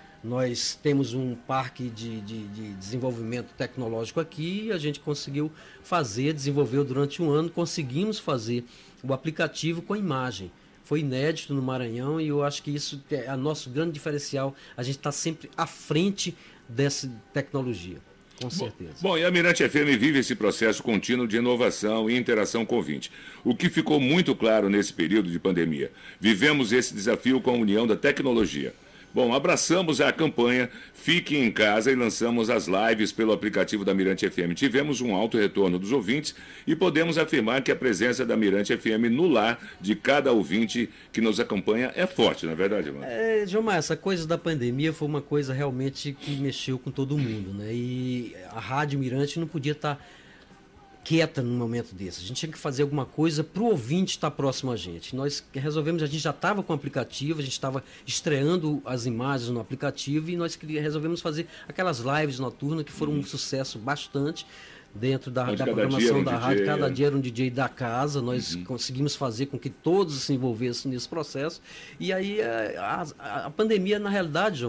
Nós temos um parque de, de, de desenvolvimento tecnológico aqui e a gente conseguiu fazer, desenvolveu durante um ano, conseguimos fazer o aplicativo com imagem. Foi inédito no Maranhão e eu acho que isso é o nosso grande diferencial. A gente está sempre à frente dessa tecnologia, com certeza. Bom, bom, e a Mirante F M vive esse processo contínuo de inovação e interação com o ouvinte. O que ficou muito claro nesse período de pandemia. Vivemos esse desafio com a união da tecnologia. Bom, abraçamos a campanha Fique em Casa e lançamos as lives pelo aplicativo da Mirante F M. Tivemos um alto retorno dos ouvintes e podemos afirmar que a presença da Mirante F M no lar de cada ouvinte que nos acompanha é forte, não é verdade, mano? É, Gilmar, essa coisa da pandemia foi uma coisa realmente que mexeu com todo mundo, né? E a Rádio Mirante não podia estar quieta num momento desse. A gente tinha que fazer alguma coisa para o ouvinte estar próximo a gente. Nós resolvemos, a gente já estava com o aplicativo, a gente estava estreando as imagens no aplicativo e nós resolvemos fazer aquelas lives noturnas que foram um sucesso bastante dentro da, da programação um da D J, rádio. Cada é. dia era um D J da casa, nós uhum. conseguimos fazer com que todos se envolvessem nesse processo. E aí a, a, a pandemia, na realidade, Gilmar,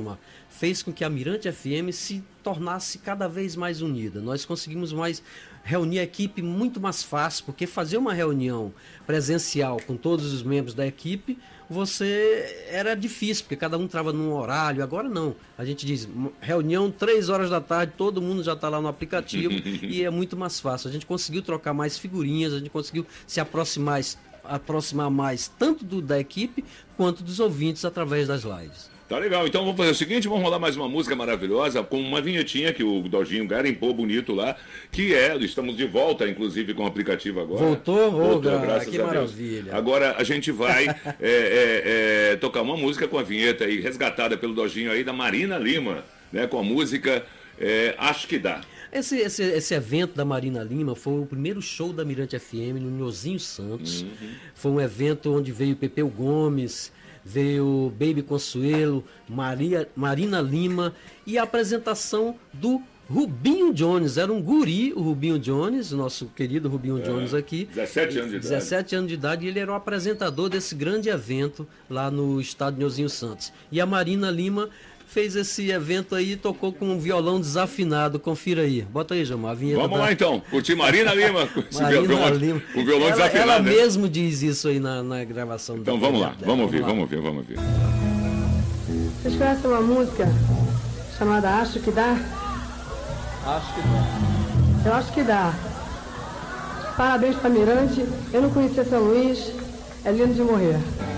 fez com que a Mirante F M se tornasse cada vez mais unida. Nós conseguimos mais reunir a equipe muito mais fácil, porque fazer uma reunião presencial com todos os membros da equipe, você era difícil, porque cada um estava num horário. Agora não. A gente diz, reunião três horas da tarde, todo mundo já está lá no aplicativo e é muito mais fácil. A gente conseguiu trocar mais figurinhas, a gente conseguiu se aproximar, aproximar mais tanto do, da equipe quanto dos ouvintes através das lives. Tá legal, então vamos fazer o seguinte, vamos rolar mais uma música maravilhosa com uma vinhetinha que o Dojinho garimpou bonito lá, que é, estamos de volta, inclusive, com o aplicativo agora. Voltou? Voltou, oh, graças que a Deus. Maravilha. Agora a gente vai é, é, é, tocar uma música com a vinheta aí, resgatada pelo Dojinho aí, da Marina Lima, né, com a música é, Acho Que Dá. Esse, esse, esse evento da Marina Lima foi o primeiro show da Mirante F M no Nhozinho Santos. Uhum. Foi um evento onde veio Pepeu Gomes, veio Baby Consuelo, Maria, Marina Lima e a apresentação do Rubinho Jones. Era um guri, o Rubinho Jones, nosso querido Rubinho é, Jones aqui. dezessete anos de idade. dezessete anos de idade, e ele era o apresentador desse grande evento lá no estádio Nhozinho Santos. E a Marina Lima fez esse evento aí, tocou com um violão desafinado. Confira aí. Bota aí, Jamar, a vinheta. Vamos da... lá então, curtir Marina Lima. Marina violão, Lima. Com violão ela, desafinado. Ela né? mesmo diz isso aí na, na gravação. Então vamos lá, dela. vamos ouvir, vamos ouvir, vamos ouvir. Vocês conhecem uma música chamada Acho Que Dá? Acho que dá. Eu acho que dá. Parabéns para Mirante. Eu não conhecia São Luís. É lindo de morrer.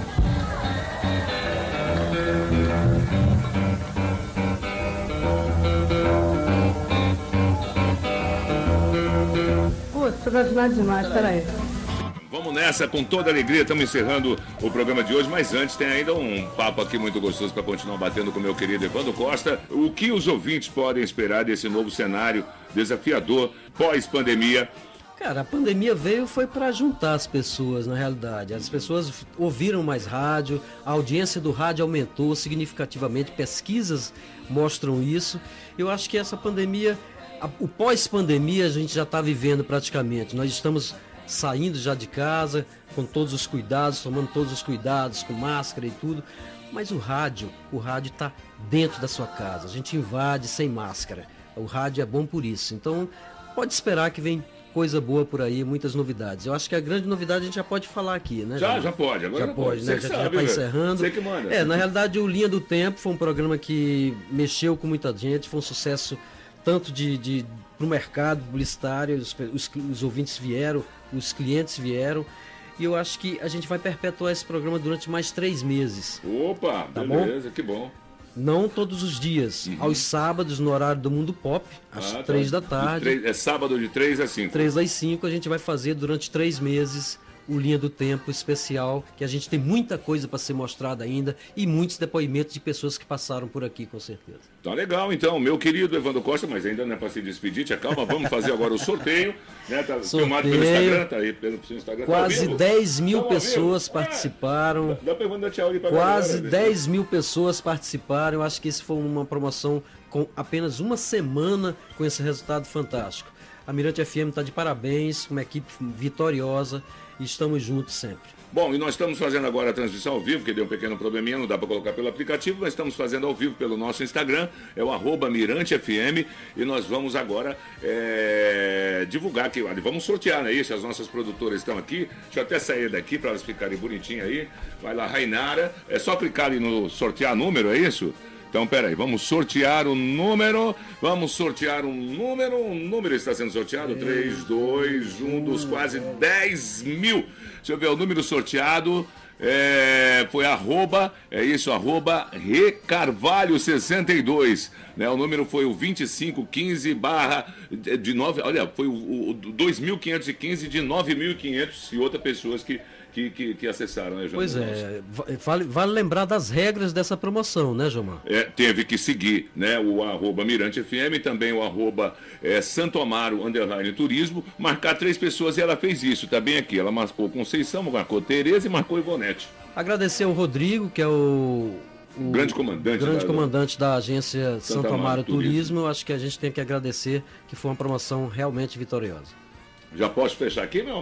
Putz, tô afinado demais, peraí. Vamos nessa, com toda alegria, estamos encerrando o programa de hoje, mas antes tem ainda um papo aqui muito gostoso para continuar batendo com o meu querido Evandro Costa. O que os ouvintes podem esperar desse novo cenário desafiador pós-pandemia? Cara, a pandemia veio foi para juntar as pessoas, na realidade. As pessoas ouviram mais rádio, a audiência do rádio aumentou significativamente, pesquisas mostram isso. Eu acho que essa pandemia, a, o pós-pandemia a gente já está vivendo praticamente. Nós estamos saindo já de casa, com todos os cuidados, tomando todos os cuidados, com máscara e tudo. Mas o rádio, o rádio está dentro da sua casa. A gente invade sem máscara. O rádio é bom por isso. Então, pode esperar que vem coisa boa por aí, muitas novidades. Eu acho que a grande novidade a gente já pode falar aqui, né? Já, já pode. Agora já, já pode, pode, né? Já, já está encerrando. Você que manda. É, na realidade, o Linha do Tempo foi um programa que mexeu com muita gente, foi um sucesso tanto de, de para o mercado publicitário, os, os, os ouvintes vieram, os clientes vieram, e eu acho que a gente vai perpetuar esse programa durante mais três meses. Opa, tá beleza, bom? Que bom. Não todos os dias, uhum. aos sábados, no horário do Mundo Pop, às ah, três tá. da tarde. Três, é sábado de três às cinco. Três às cinco, a gente vai fazer durante três meses o Linha do Tempo especial, que a gente tem muita coisa para ser mostrada ainda e muitos depoimentos de pessoas que passaram por aqui, com certeza. Tá legal, então, meu querido Evandro Costa, mas ainda não é para se despedir, tia calma, vamos fazer agora o sorteio, né? Tá sorteio, filmado pelo Instagram, tá aí pelo Instagram. Quase tá dez mil pessoas participaram. É, dá pra mandar tchau ali pra Quase galera, dez mil pessoas participaram. Eu acho que isso foi uma promoção com apenas uma semana com esse resultado fantástico. A Mirante F M está de parabéns, uma equipe vitoriosa. E estamos juntos sempre. Bom, e nós estamos fazendo agora a transmissão ao vivo, que deu um pequeno probleminha, não dá para colocar pelo aplicativo, mas estamos fazendo ao vivo pelo nosso Instagram, é o arroba Mirante F M, e nós vamos agora é, divulgar aqui, vamos sortear, não é isso? As nossas produtoras estão aqui, deixa eu até sair daqui para elas ficarem bonitinhas aí, vai lá, Rainara, é só clicar ali no sortear número, é isso? Então, peraí, vamos sortear o número, vamos sortear um número, o um número está sendo sorteado, três, dois, um dos quase dez mil. Deixa eu ver, o número sorteado é, foi arroba, é isso, arroba Recarvalho sessenta e dois, né? O número foi o vinte e cinco quinze barra de nove, olha, foi o, o dois mil quinhentos e quinze de nove mil e quinhentos e outras pessoas que... Que, que, que acessaram, né, João? Pois é, vale, vale lembrar das regras dessa promoção, né, João? É, teve que seguir, né, o arroba Mirante F M, também o arroba é, Santo Amaro, underline turismo, marcar três pessoas e ela fez isso, tá bem aqui, ela marcou Conceição, marcou Tereza e marcou Ivonete. Agradecer ao Rodrigo, que é o... O grande comandante, grande da, comandante da agência Santo, Santo Amaro, Amaro Turismo. Turismo, eu acho que a gente tem que agradecer, que foi uma promoção realmente vitoriosa. Já posso fechar aqui, meu amor?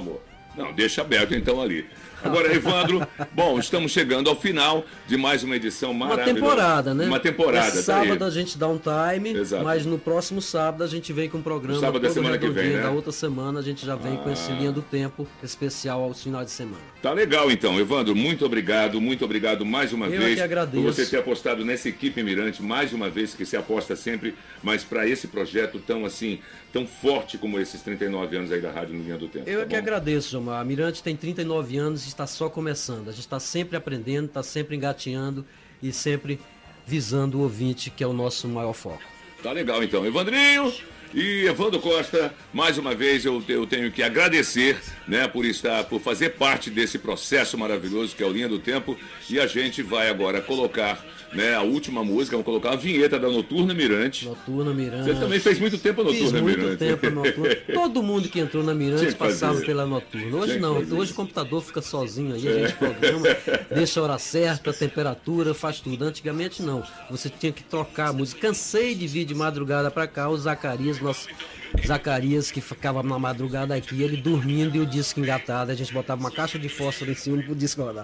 Não, deixa aberto então ali. Agora, Evandro, bom, estamos chegando ao final de mais uma edição maravilhosa. Uma temporada, né? Uma temporada, Esse tá aí. sábado a gente dá um time, Exato. Mas no próximo sábado a gente vem com um programa. No sábado da semana que vem, né? Da outra semana a gente já vem Ah. com esse Linha do Tempo especial aos finais de semana. Tá legal então, Evandro, muito obrigado, muito obrigado mais uma Eu vez é que agradeço. por você ter apostado nessa equipe Mirante, mais uma vez que se aposta sempre, mas para esse projeto tão assim, tão forte como esses trinta e nove anos aí da Rádio no Linha do Tempo. Eu tá é que bom? agradeço, Gilmar. A Mirante tem trinta e nove anos e está só começando. A gente está sempre aprendendo, está sempre engateando e sempre visando o ouvinte, que é o nosso maior foco. Tá legal então, Evandrinho e Evandro Costa, mais uma vez eu, eu tenho que agradecer, né, por estar, por fazer parte desse processo maravilhoso que é o Linha do Tempo, e a gente vai agora colocar, né, a última música, vamos colocar a vinheta da Noturna Mirante. Noturna Mirante. Você também fez muito tempo a Noturna Fiz muito Mirante. tempo a Noturna. Todo mundo que entrou na Mirante Tinha que passava fazer. pela Noturna. Hoje Tinha que não, fazer. hoje o computador fica sozinho aí, a É. gente programa, deixa a hora certa, a temperatura, faz tudo. Antigamente não, você tinha que trocar a música. Cansei de vir de madrugada pra cá, o Zacarias, nosso Zacarias, que ficava na madrugada aqui, ele dormindo e o disco engatado, a gente botava uma caixa de fósforo em cima pro disco rodar.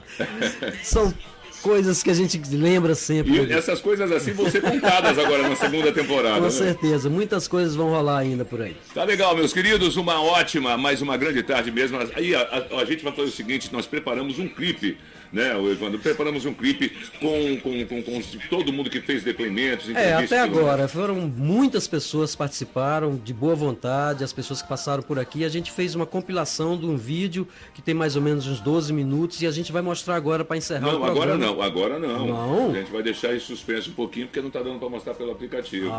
São coisas que a gente lembra sempre. E essas coisas assim vão ser contadas agora na segunda temporada. Com né? certeza, muitas coisas vão rolar ainda por aí. Tá legal, meus queridos, uma ótima, mais uma grande tarde mesmo. Aí a, a- a gente vai fazer o seguinte, nós preparamos um clipe, né, o Evandro? Preparamos um clipe com, com, com, com todo mundo que fez depoimentos, É, entrevistas. até tudo mais. agora, foram muitas pessoas que participaram, de boa vontade, as pessoas que passaram por aqui. A gente fez uma compilação de um vídeo que tem mais ou menos uns doze minutos e a gente vai mostrar agora para encerrar Não, o programa. agora não, agora não. Não? A gente vai deixar em suspenso um pouquinho, porque não tá dando para mostrar pelo aplicativo.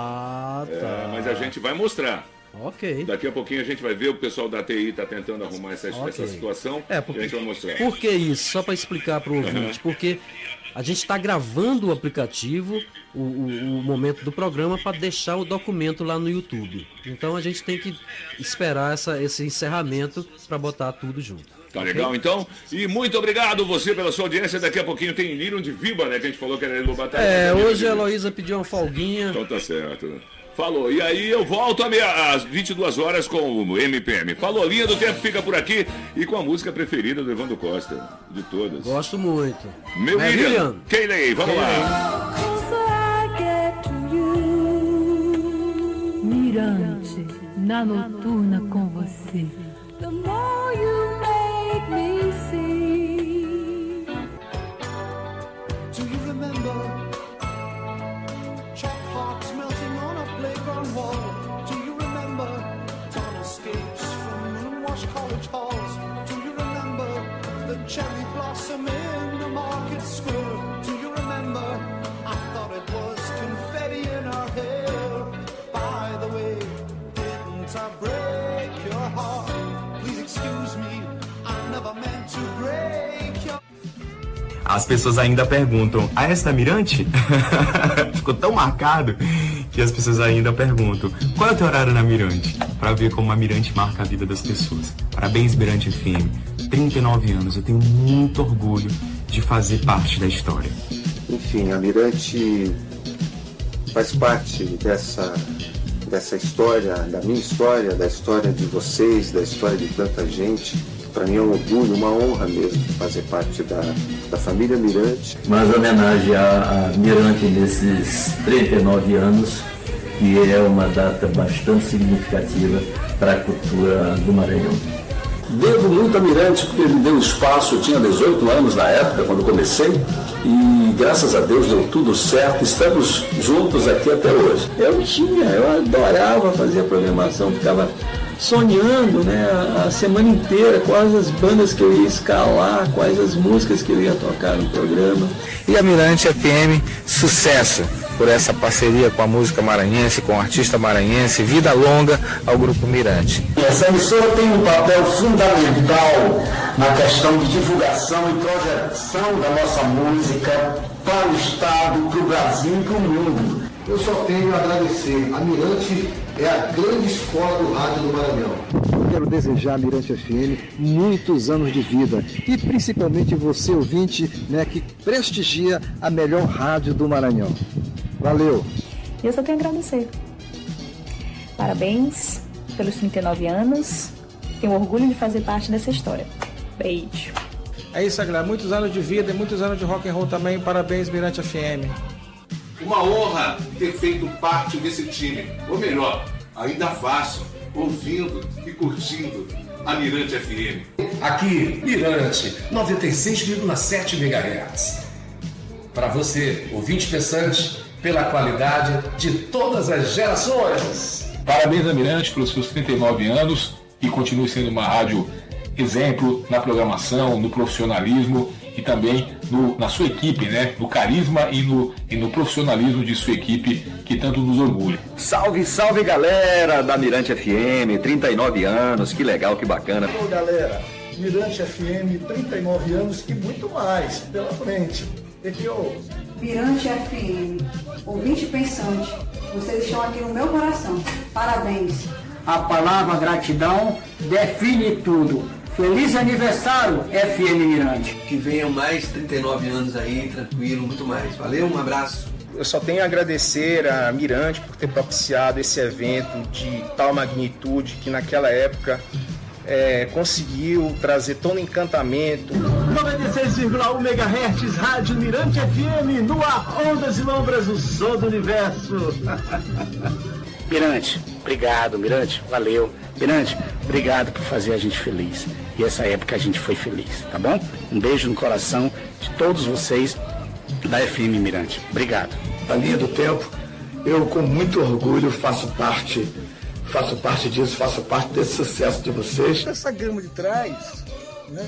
Ah, tá. É, mas a gente vai mostrar. Ok. Daqui a pouquinho a gente vai ver, o pessoal da T I tá tentando arrumar essa, Ok. essa situação, É, e a porque, gente vai mostrar. por que isso? Só para explicar para o ouvinte. Uhum. Porque a gente está gravando o aplicativo, o, o, o momento do programa, para deixar o documento lá no YouTube. Então a gente tem que esperar essa, esse encerramento para botar tudo junto. Tá Ok? legal, então? E muito obrigado você pela sua audiência. Daqui a pouquinho tem Nirion de Viba, né? Que a gente falou que era Elo Batalha. É, Mas hoje a Nirion de- Heloísa pediu uma folguinha. Então tá certo. Falou. E aí eu volto a meia- às vinte e duas horas com o M P M. Falou, Linha do Tempo fica por aqui e com a música preferida do Evandro Costa, de todas. Gosto muito. Meu Né, William, William? Keyley, vamos lá. Mirante, na noturna com você. The more you make me see. Do you remember chalk hearts melting on a playground wall? Do you remember torn escapes from moon-washed college halls? Do you remember the cherry blossom in the market square? Do you remember I thought it was confetti in our hair? By the way, didn't I break your heart? Please excuse me, I never meant to break your... As pessoas ainda perguntam, ah, essa é Mirante? Ficou tão marcado que as pessoas ainda perguntam, qual é o teu horário na Mirante? Para ver como a Mirante marca a vida das pessoas. Parabéns, Mirante F M. trinta e nove anos, eu tenho muito orgulho de fazer parte da história. Enfim, a Mirante faz parte dessa, dessa história, da minha história, da história de vocês, da história de tanta gente. Para mim é um orgulho, uma honra mesmo fazer parte da, da família Mirante. Mas homenagem a, a Mirante nesses trinta e nove anos, que é uma data bastante significativa para a cultura do Maranhão. Devo muito a Mirante porque ele me deu espaço, eu tinha dezoito anos na época quando comecei e graças a Deus deu tudo certo, estamos juntos aqui até hoje. Eu tinha, eu adorava fazer a programação, ficava sonhando, né, a, a semana inteira, quais as bandas que eu ia escalar, quais as músicas que eu ia tocar no programa. E a Mirante F M, sucesso por essa parceria com a música maranhense, com o artista maranhense, vida longa ao Grupo Mirante. Essa emissora tem um papel fundamental na questão de divulgação e projeção da nossa música para o Estado, para o Brasil e para o mundo. Eu só tenho a agradecer. A Mirante é a grande escola do rádio do Maranhão. Eu quero desejar à Mirante F M muitos anos de vida e principalmente você, ouvinte, né, que prestigia a melhor rádio do Maranhão. Valeu! Eu só tenho a agradecer. Parabéns pelos trinta e nove anos Tenho orgulho de fazer parte dessa história. Beijo. É isso, galera. Muitos anos de vida e muitos anos de rock and roll também. Parabéns, Mirante F M. Uma honra ter feito parte desse time. Ou melhor, ainda faço, ouvindo e curtindo a Mirante F M. Aqui, Mirante, noventa e seis vírgula sete megahertz. Para você, ouvinte pensante, pela qualidade de todas as gerações. Parabéns a Mirante pelos seus trinta e nove anos e continue sendo uma rádio exemplo na programação, no profissionalismo e também no, na sua equipe, né? No carisma e no, e no profissionalismo de sua equipe, que tanto nos orgulha. Salve, salve galera da Mirante F M, trinta e nove anos, que legal, que bacana. Ô galera, Mirante F M, trinta e nove anos e muito mais pela frente. E que eu... Mirante F M, ouvinte pensante, vocês estão aqui no meu coração. Parabéns. A palavra gratidão define tudo. Feliz aniversário, F M Mirante. Que venham mais trinta e nove anos aí, tranquilo, muito mais. Valeu, um abraço. Eu só tenho a agradecer a Mirante por ter propiciado esse evento de tal magnitude que naquela época é, conseguiu trazer todo o encantamento. noventa e seis vírgula um megahertz, Rádio Mirante F M, no ar, ondas e lombras, o som do universo. Mirante, obrigado, Mirante, valeu. Mirante, obrigado por fazer a gente feliz. E essa época a gente foi feliz, tá bom? Um beijo no coração de todos vocês da F M Mirante. Obrigado. A linha do tempo, eu com muito orgulho faço parte, faço parte disso, faço parte desse sucesso de vocês. Essa gama de trás, né?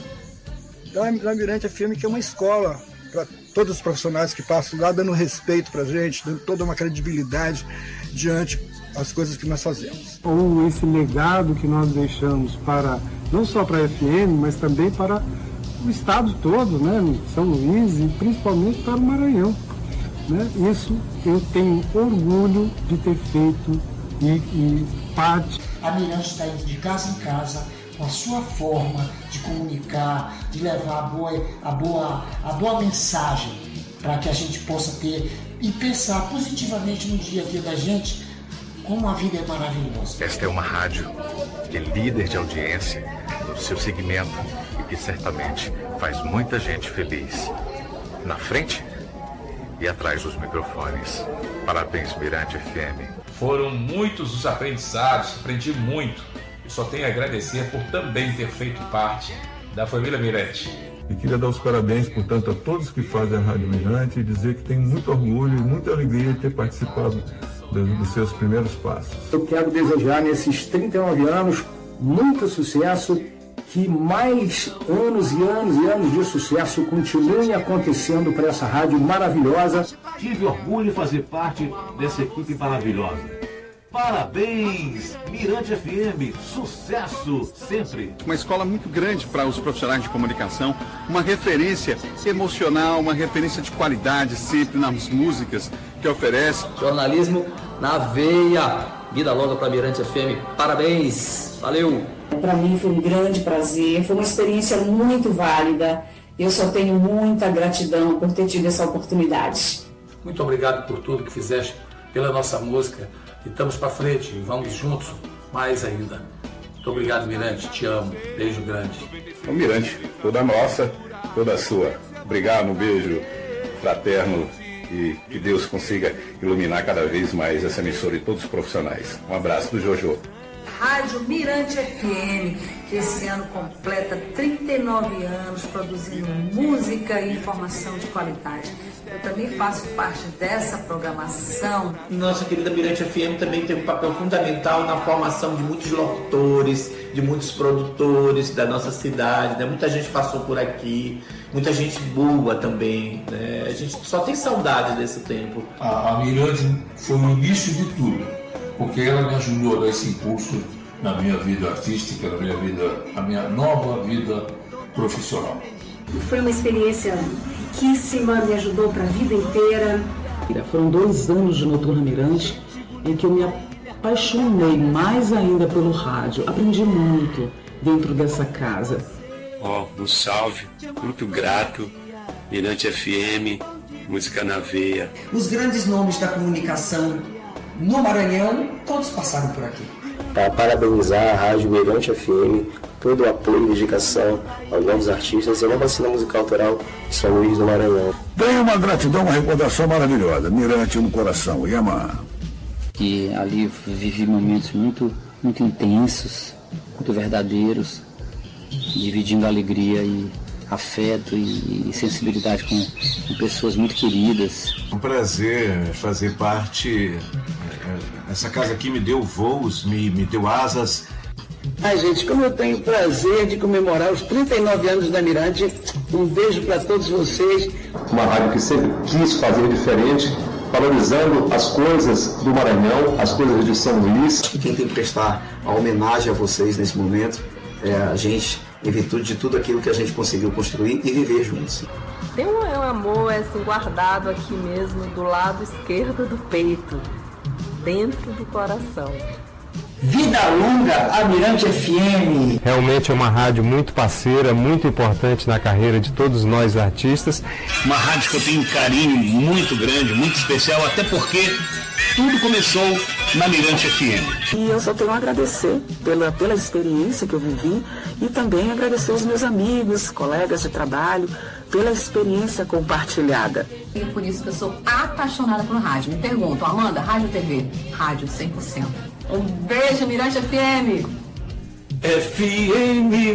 Da Mirante F M, que é uma escola para todos os profissionais que passam lá, dando respeito pra gente, dando toda uma credibilidade diante as coisas que nós fazemos. Ou esse legado que nós deixamos para, não só para a F M, mas também para o estado todo, né? São Luís e principalmente para o Maranhão. Né? Isso eu tenho orgulho de ter feito e, e parte. A Mirante está indo de casa em casa com a sua forma de comunicar, de levar a boa, a boa, a boa mensagem para que a gente possa ter e pensar positivamente no dia a dia da gente. Como a vida é maravilhosa. Esta é uma rádio que é líder de audiência no seu segmento e que certamente faz muita gente feliz. Na frente e atrás dos microfones. Parabéns, Mirante F M. Foram muitos os aprendizados, aprendi muito. E só tenho a agradecer por também ter feito parte da família Mirante. E queria dar os parabéns, portanto, a todos que fazem a Rádio Mirante e dizer que tenho muito orgulho e muita alegria de ter participado dos seus primeiros passos. Eu quero desejar nesses trinta e nove anos muito sucesso, que mais anos e anos e anos de sucesso continuem acontecendo para essa rádio maravilhosa. Tive orgulho de fazer parte dessa equipe maravilhosa. Parabéns, Mirante F M, sucesso sempre. Uma escola muito grande para os profissionais de comunicação, uma referência emocional, uma referência de qualidade sempre nas músicas que oferece. Jornalismo na veia, vida longa para Mirante F M, parabéns, valeu. Para mim foi um grande prazer, foi uma experiência muito válida, eu só tenho muita gratidão por ter tido essa oportunidade. Muito obrigado por tudo que fizeste pela nossa música. E estamos para frente, vamos juntos mais ainda. Muito obrigado, Mirante, te amo. Beijo grande. O Mirante, toda nossa, toda sua. Obrigado, um beijo fraterno e que Deus consiga iluminar cada vez mais essa emissora e todos os profissionais. Um abraço do Jojo. Rádio Mirante F M, que esse ano completa trinta e nove anos produzindo música e informação de qualidade. Eu também faço parte dessa programação. Nossa querida Mirante F M também teve um papel fundamental na formação de muitos locutores, de muitos produtores da nossa cidade, né? Muita gente passou por aqui, muita gente boa também, né? A gente só tem saudade desse tempo. A, a Mirante foi o início de tudo, porque ela me ajudou a dar esse impulso na minha vida artística, na minha vida, na minha nova vida profissional. Foi uma experiência riquíssima, me ajudou para a vida inteira. Foram dois anos de Noturna Mirante em que eu me apaixonei mais ainda pelo rádio. Aprendi muito dentro dessa casa. Ó, oh, um salve, muito grato, Mirante F M, música na veia. Os grandes nomes da comunicação no Maranhão, todos passaram por aqui. para parabenizar a Rádio Mirante F M, todo o apoio e dedicação aos novos artistas e a nova cena musical autoral de São Luís do Maranhão. Tem uma gratidão, uma recordação maravilhosa, Mirante no coração, Yama. Que ali vivi momentos muito, muito intensos, muito verdadeiros, dividindo alegria e afeto e, e sensibilidade com, com pessoas muito queridas. Um prazer fazer parte. Essa casa aqui me deu voos, me, me deu asas. Ai, gente, como eu tenho prazer de comemorar os trinta e nove anos da Mirante. Um beijo para todos vocês. Uma rádio que sempre quis fazer diferente, valorizando as coisas do Maranhão, as coisas de São Luís. Quem tem que prestar a homenagem a vocês nesse momento é a gente, em virtude de tudo aquilo que a gente conseguiu construir e viver juntos. Tem um, um amor assim, guardado aqui mesmo, do lado esquerdo do peito, dentro do coração. Vida longa a Mirante F M. Realmente é uma rádio muito parceira, muito importante na carreira de todos nós artistas. Uma rádio que eu tenho um carinho muito grande, muito especial, até porque tudo começou na Mirante F M. E eu só tenho a agradecer pela, pela experiência que eu vivi e também agradecer os meus amigos, colegas de trabalho, pela experiência compartilhada. E por isso que eu sou apaixonada por rádio. Me perguntam, Amanda, rádio ou T V? Rádio cem por cento. Um beijo, Mirante F M. F M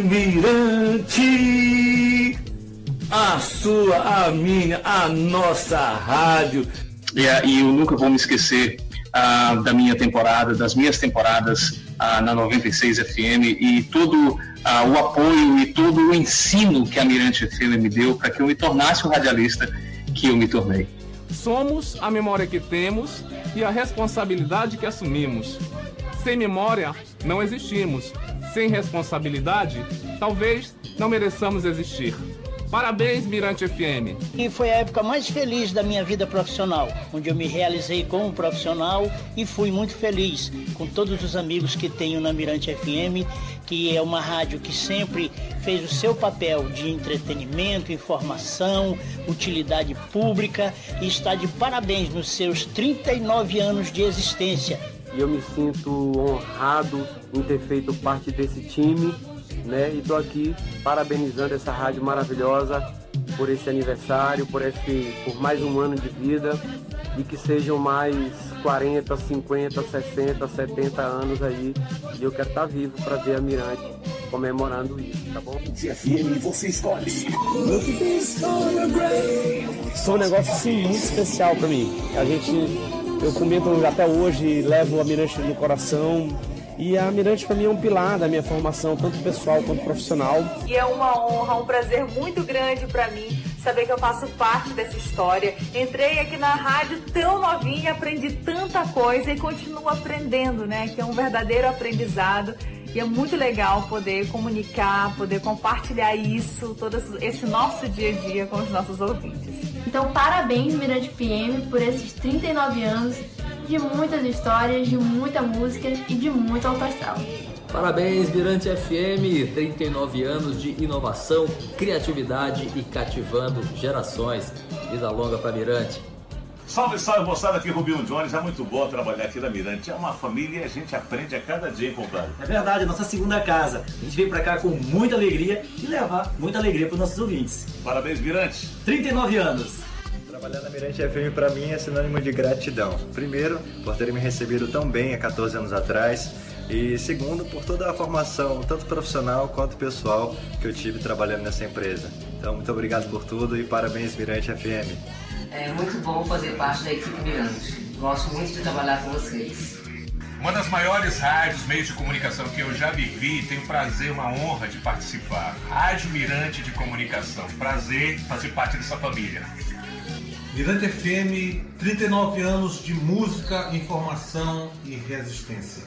Mirante, a sua, a minha, a nossa rádio. E, e eu nunca vou me esquecer ah, da minha temporada, das minhas temporadas ah, na noventa e seis F M e todo ah, o apoio e todo o ensino que a Mirante F M me deu para que eu me tornasse o radialista que eu me tornei. Somos a memória que temos e a responsabilidade que assumimos. Sem memória, não existimos. Sem responsabilidade, talvez não mereçamos existir. Parabéns, Mirante F M. E foi a época mais feliz da minha vida profissional, onde eu me realizei como profissional e fui muito feliz com todos os amigos que tenho na Mirante F M, que é uma rádio que sempre fez o seu papel de entretenimento, informação, utilidade pública e está de parabéns nos seus trinta e nove anos de existência. E eu me sinto honrado em ter feito parte desse time, né? E estou aqui parabenizando essa rádio maravilhosa por esse aniversário, por, esse, por mais um ano de vida e que sejam mais quarenta, cinquenta, sessenta, setenta anos aí. E eu quero estar vivo para ver a Mirante comemorando isso, tá bom? F M, você escolhe. Foi um negócio assim, muito especial para mim. A gente, eu comento até hoje, levo a Mirante no coração. E a Mirante para mim é um pilar da minha formação, tanto pessoal quanto profissional. E é uma honra, um prazer muito grande para mim saber que eu faço parte dessa história. Entrei aqui na rádio tão novinha, aprendi tanta coisa e continuo aprendendo, né? Que é um verdadeiro aprendizado. E é muito legal poder comunicar, poder compartilhar isso, todo esse nosso dia a dia com os nossos ouvintes. Então, parabéns, Mirante F M, por esses trinta e nove anos de muitas histórias, de muita música e de muito alto astral. Parabéns, Mirante F M, trinta e nove anos de inovação, criatividade e cativando gerações. Vida longa para Mirante. Salve, salve, moçada, aqui Rubinho Jones. É muito bom trabalhar aqui na Mirante. É uma família e a gente aprende a cada dia, compadre. É verdade, é nossa segunda casa. A gente veio pra cá com muita alegria e levar muita alegria pros nossos ouvintes. Parabéns, Mirante. trinta e nove anos. Trabalhar na Mirante F M para mim é sinônimo de gratidão. Primeiro, por terem me recebido tão bem há quatorze anos atrás. E segundo, por toda a formação, tanto profissional quanto pessoal, que eu tive trabalhando nessa empresa. Então, muito obrigado por tudo e parabéns, Mirante F M. É muito bom fazer parte da equipe Mirante. Gosto muito de trabalhar com vocês. Uma das maiores rádios, meios de comunicação que eu já vivi, tenho prazer, uma honra de participar. Rádio Mirante de Comunicação. Prazer fazer parte dessa família. Mirante F M, trinta e nove anos de música, informação e resistência.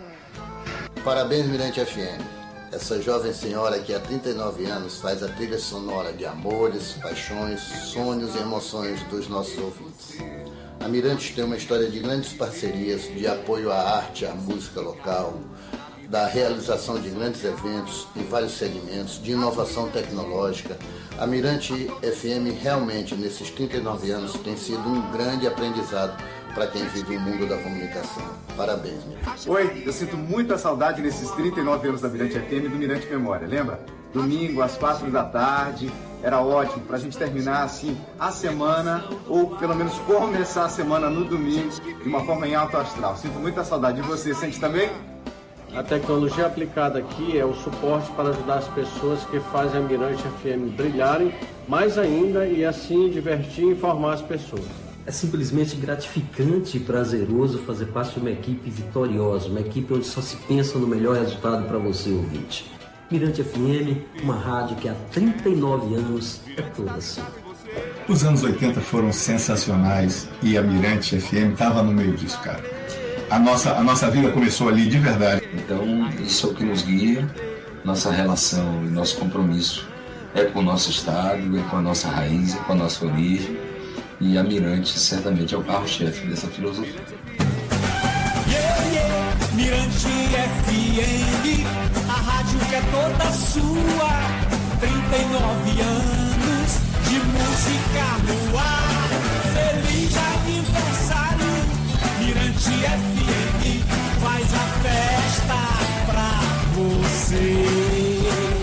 Parabéns, Mirante F M. Essa jovem senhora que há trinta e nove anos faz a trilha sonora de amores, paixões, sonhos e emoções dos nossos ouvintes. A Mirante tem uma história de grandes parcerias, de apoio à arte, à música local, da realização de grandes eventos em vários segmentos, de inovação tecnológica. A Mirante F M realmente, nesses trinta e nove anos, tem sido um grande aprendizado para quem vive o mundo da comunicação. Parabéns, Mirante. Oi, eu sinto muita saudade nesses trinta e nove anos da Mirante F M e do Mirante Memória, lembra? Domingo, às quatro da tarde, era ótimo pra gente terminar assim a semana, ou pelo menos começar a semana no domingo de uma forma em alto astral. Sinto muita saudade. E você, sente também? A tecnologia aplicada aqui é o suporte para ajudar as pessoas que fazem a Mirante F M brilharem mais ainda e assim divertir e informar as pessoas. É simplesmente gratificante e prazeroso fazer parte de uma equipe vitoriosa, uma equipe onde só se pensa no melhor resultado para você, ouvinte. Mirante F M, uma rádio que há trinta e nove anos é toda assim. Os anos oitenta foram sensacionais e a Mirante F M estava no meio disso, cara. A nossa, a nossa vida começou ali de verdade. Então, isso é o que nos guia, nossa relação e nosso compromisso é com o nosso estado, é com a nossa raiz, é com a nossa origem. E a Mirante certamente é o carro-chefe dessa filosofia. Yeah, yeah. Mirante F M, a rádio que é toda sua. trinta e nove anos de música no ar. Feliz aniversário, Mirante F M, faz a festa pra você.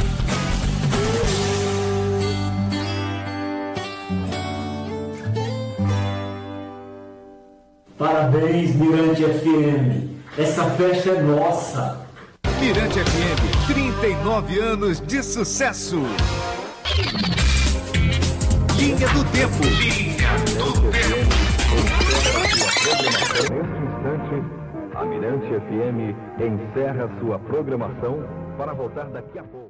Parabéns, Mirante F M. Essa festa é nossa. Mirante F M, trinta e nove anos de sucesso. Linha do Tempo. Linha do Tempo. Neste instante, a Mirante F M encerra sua programação para voltar daqui a pouco.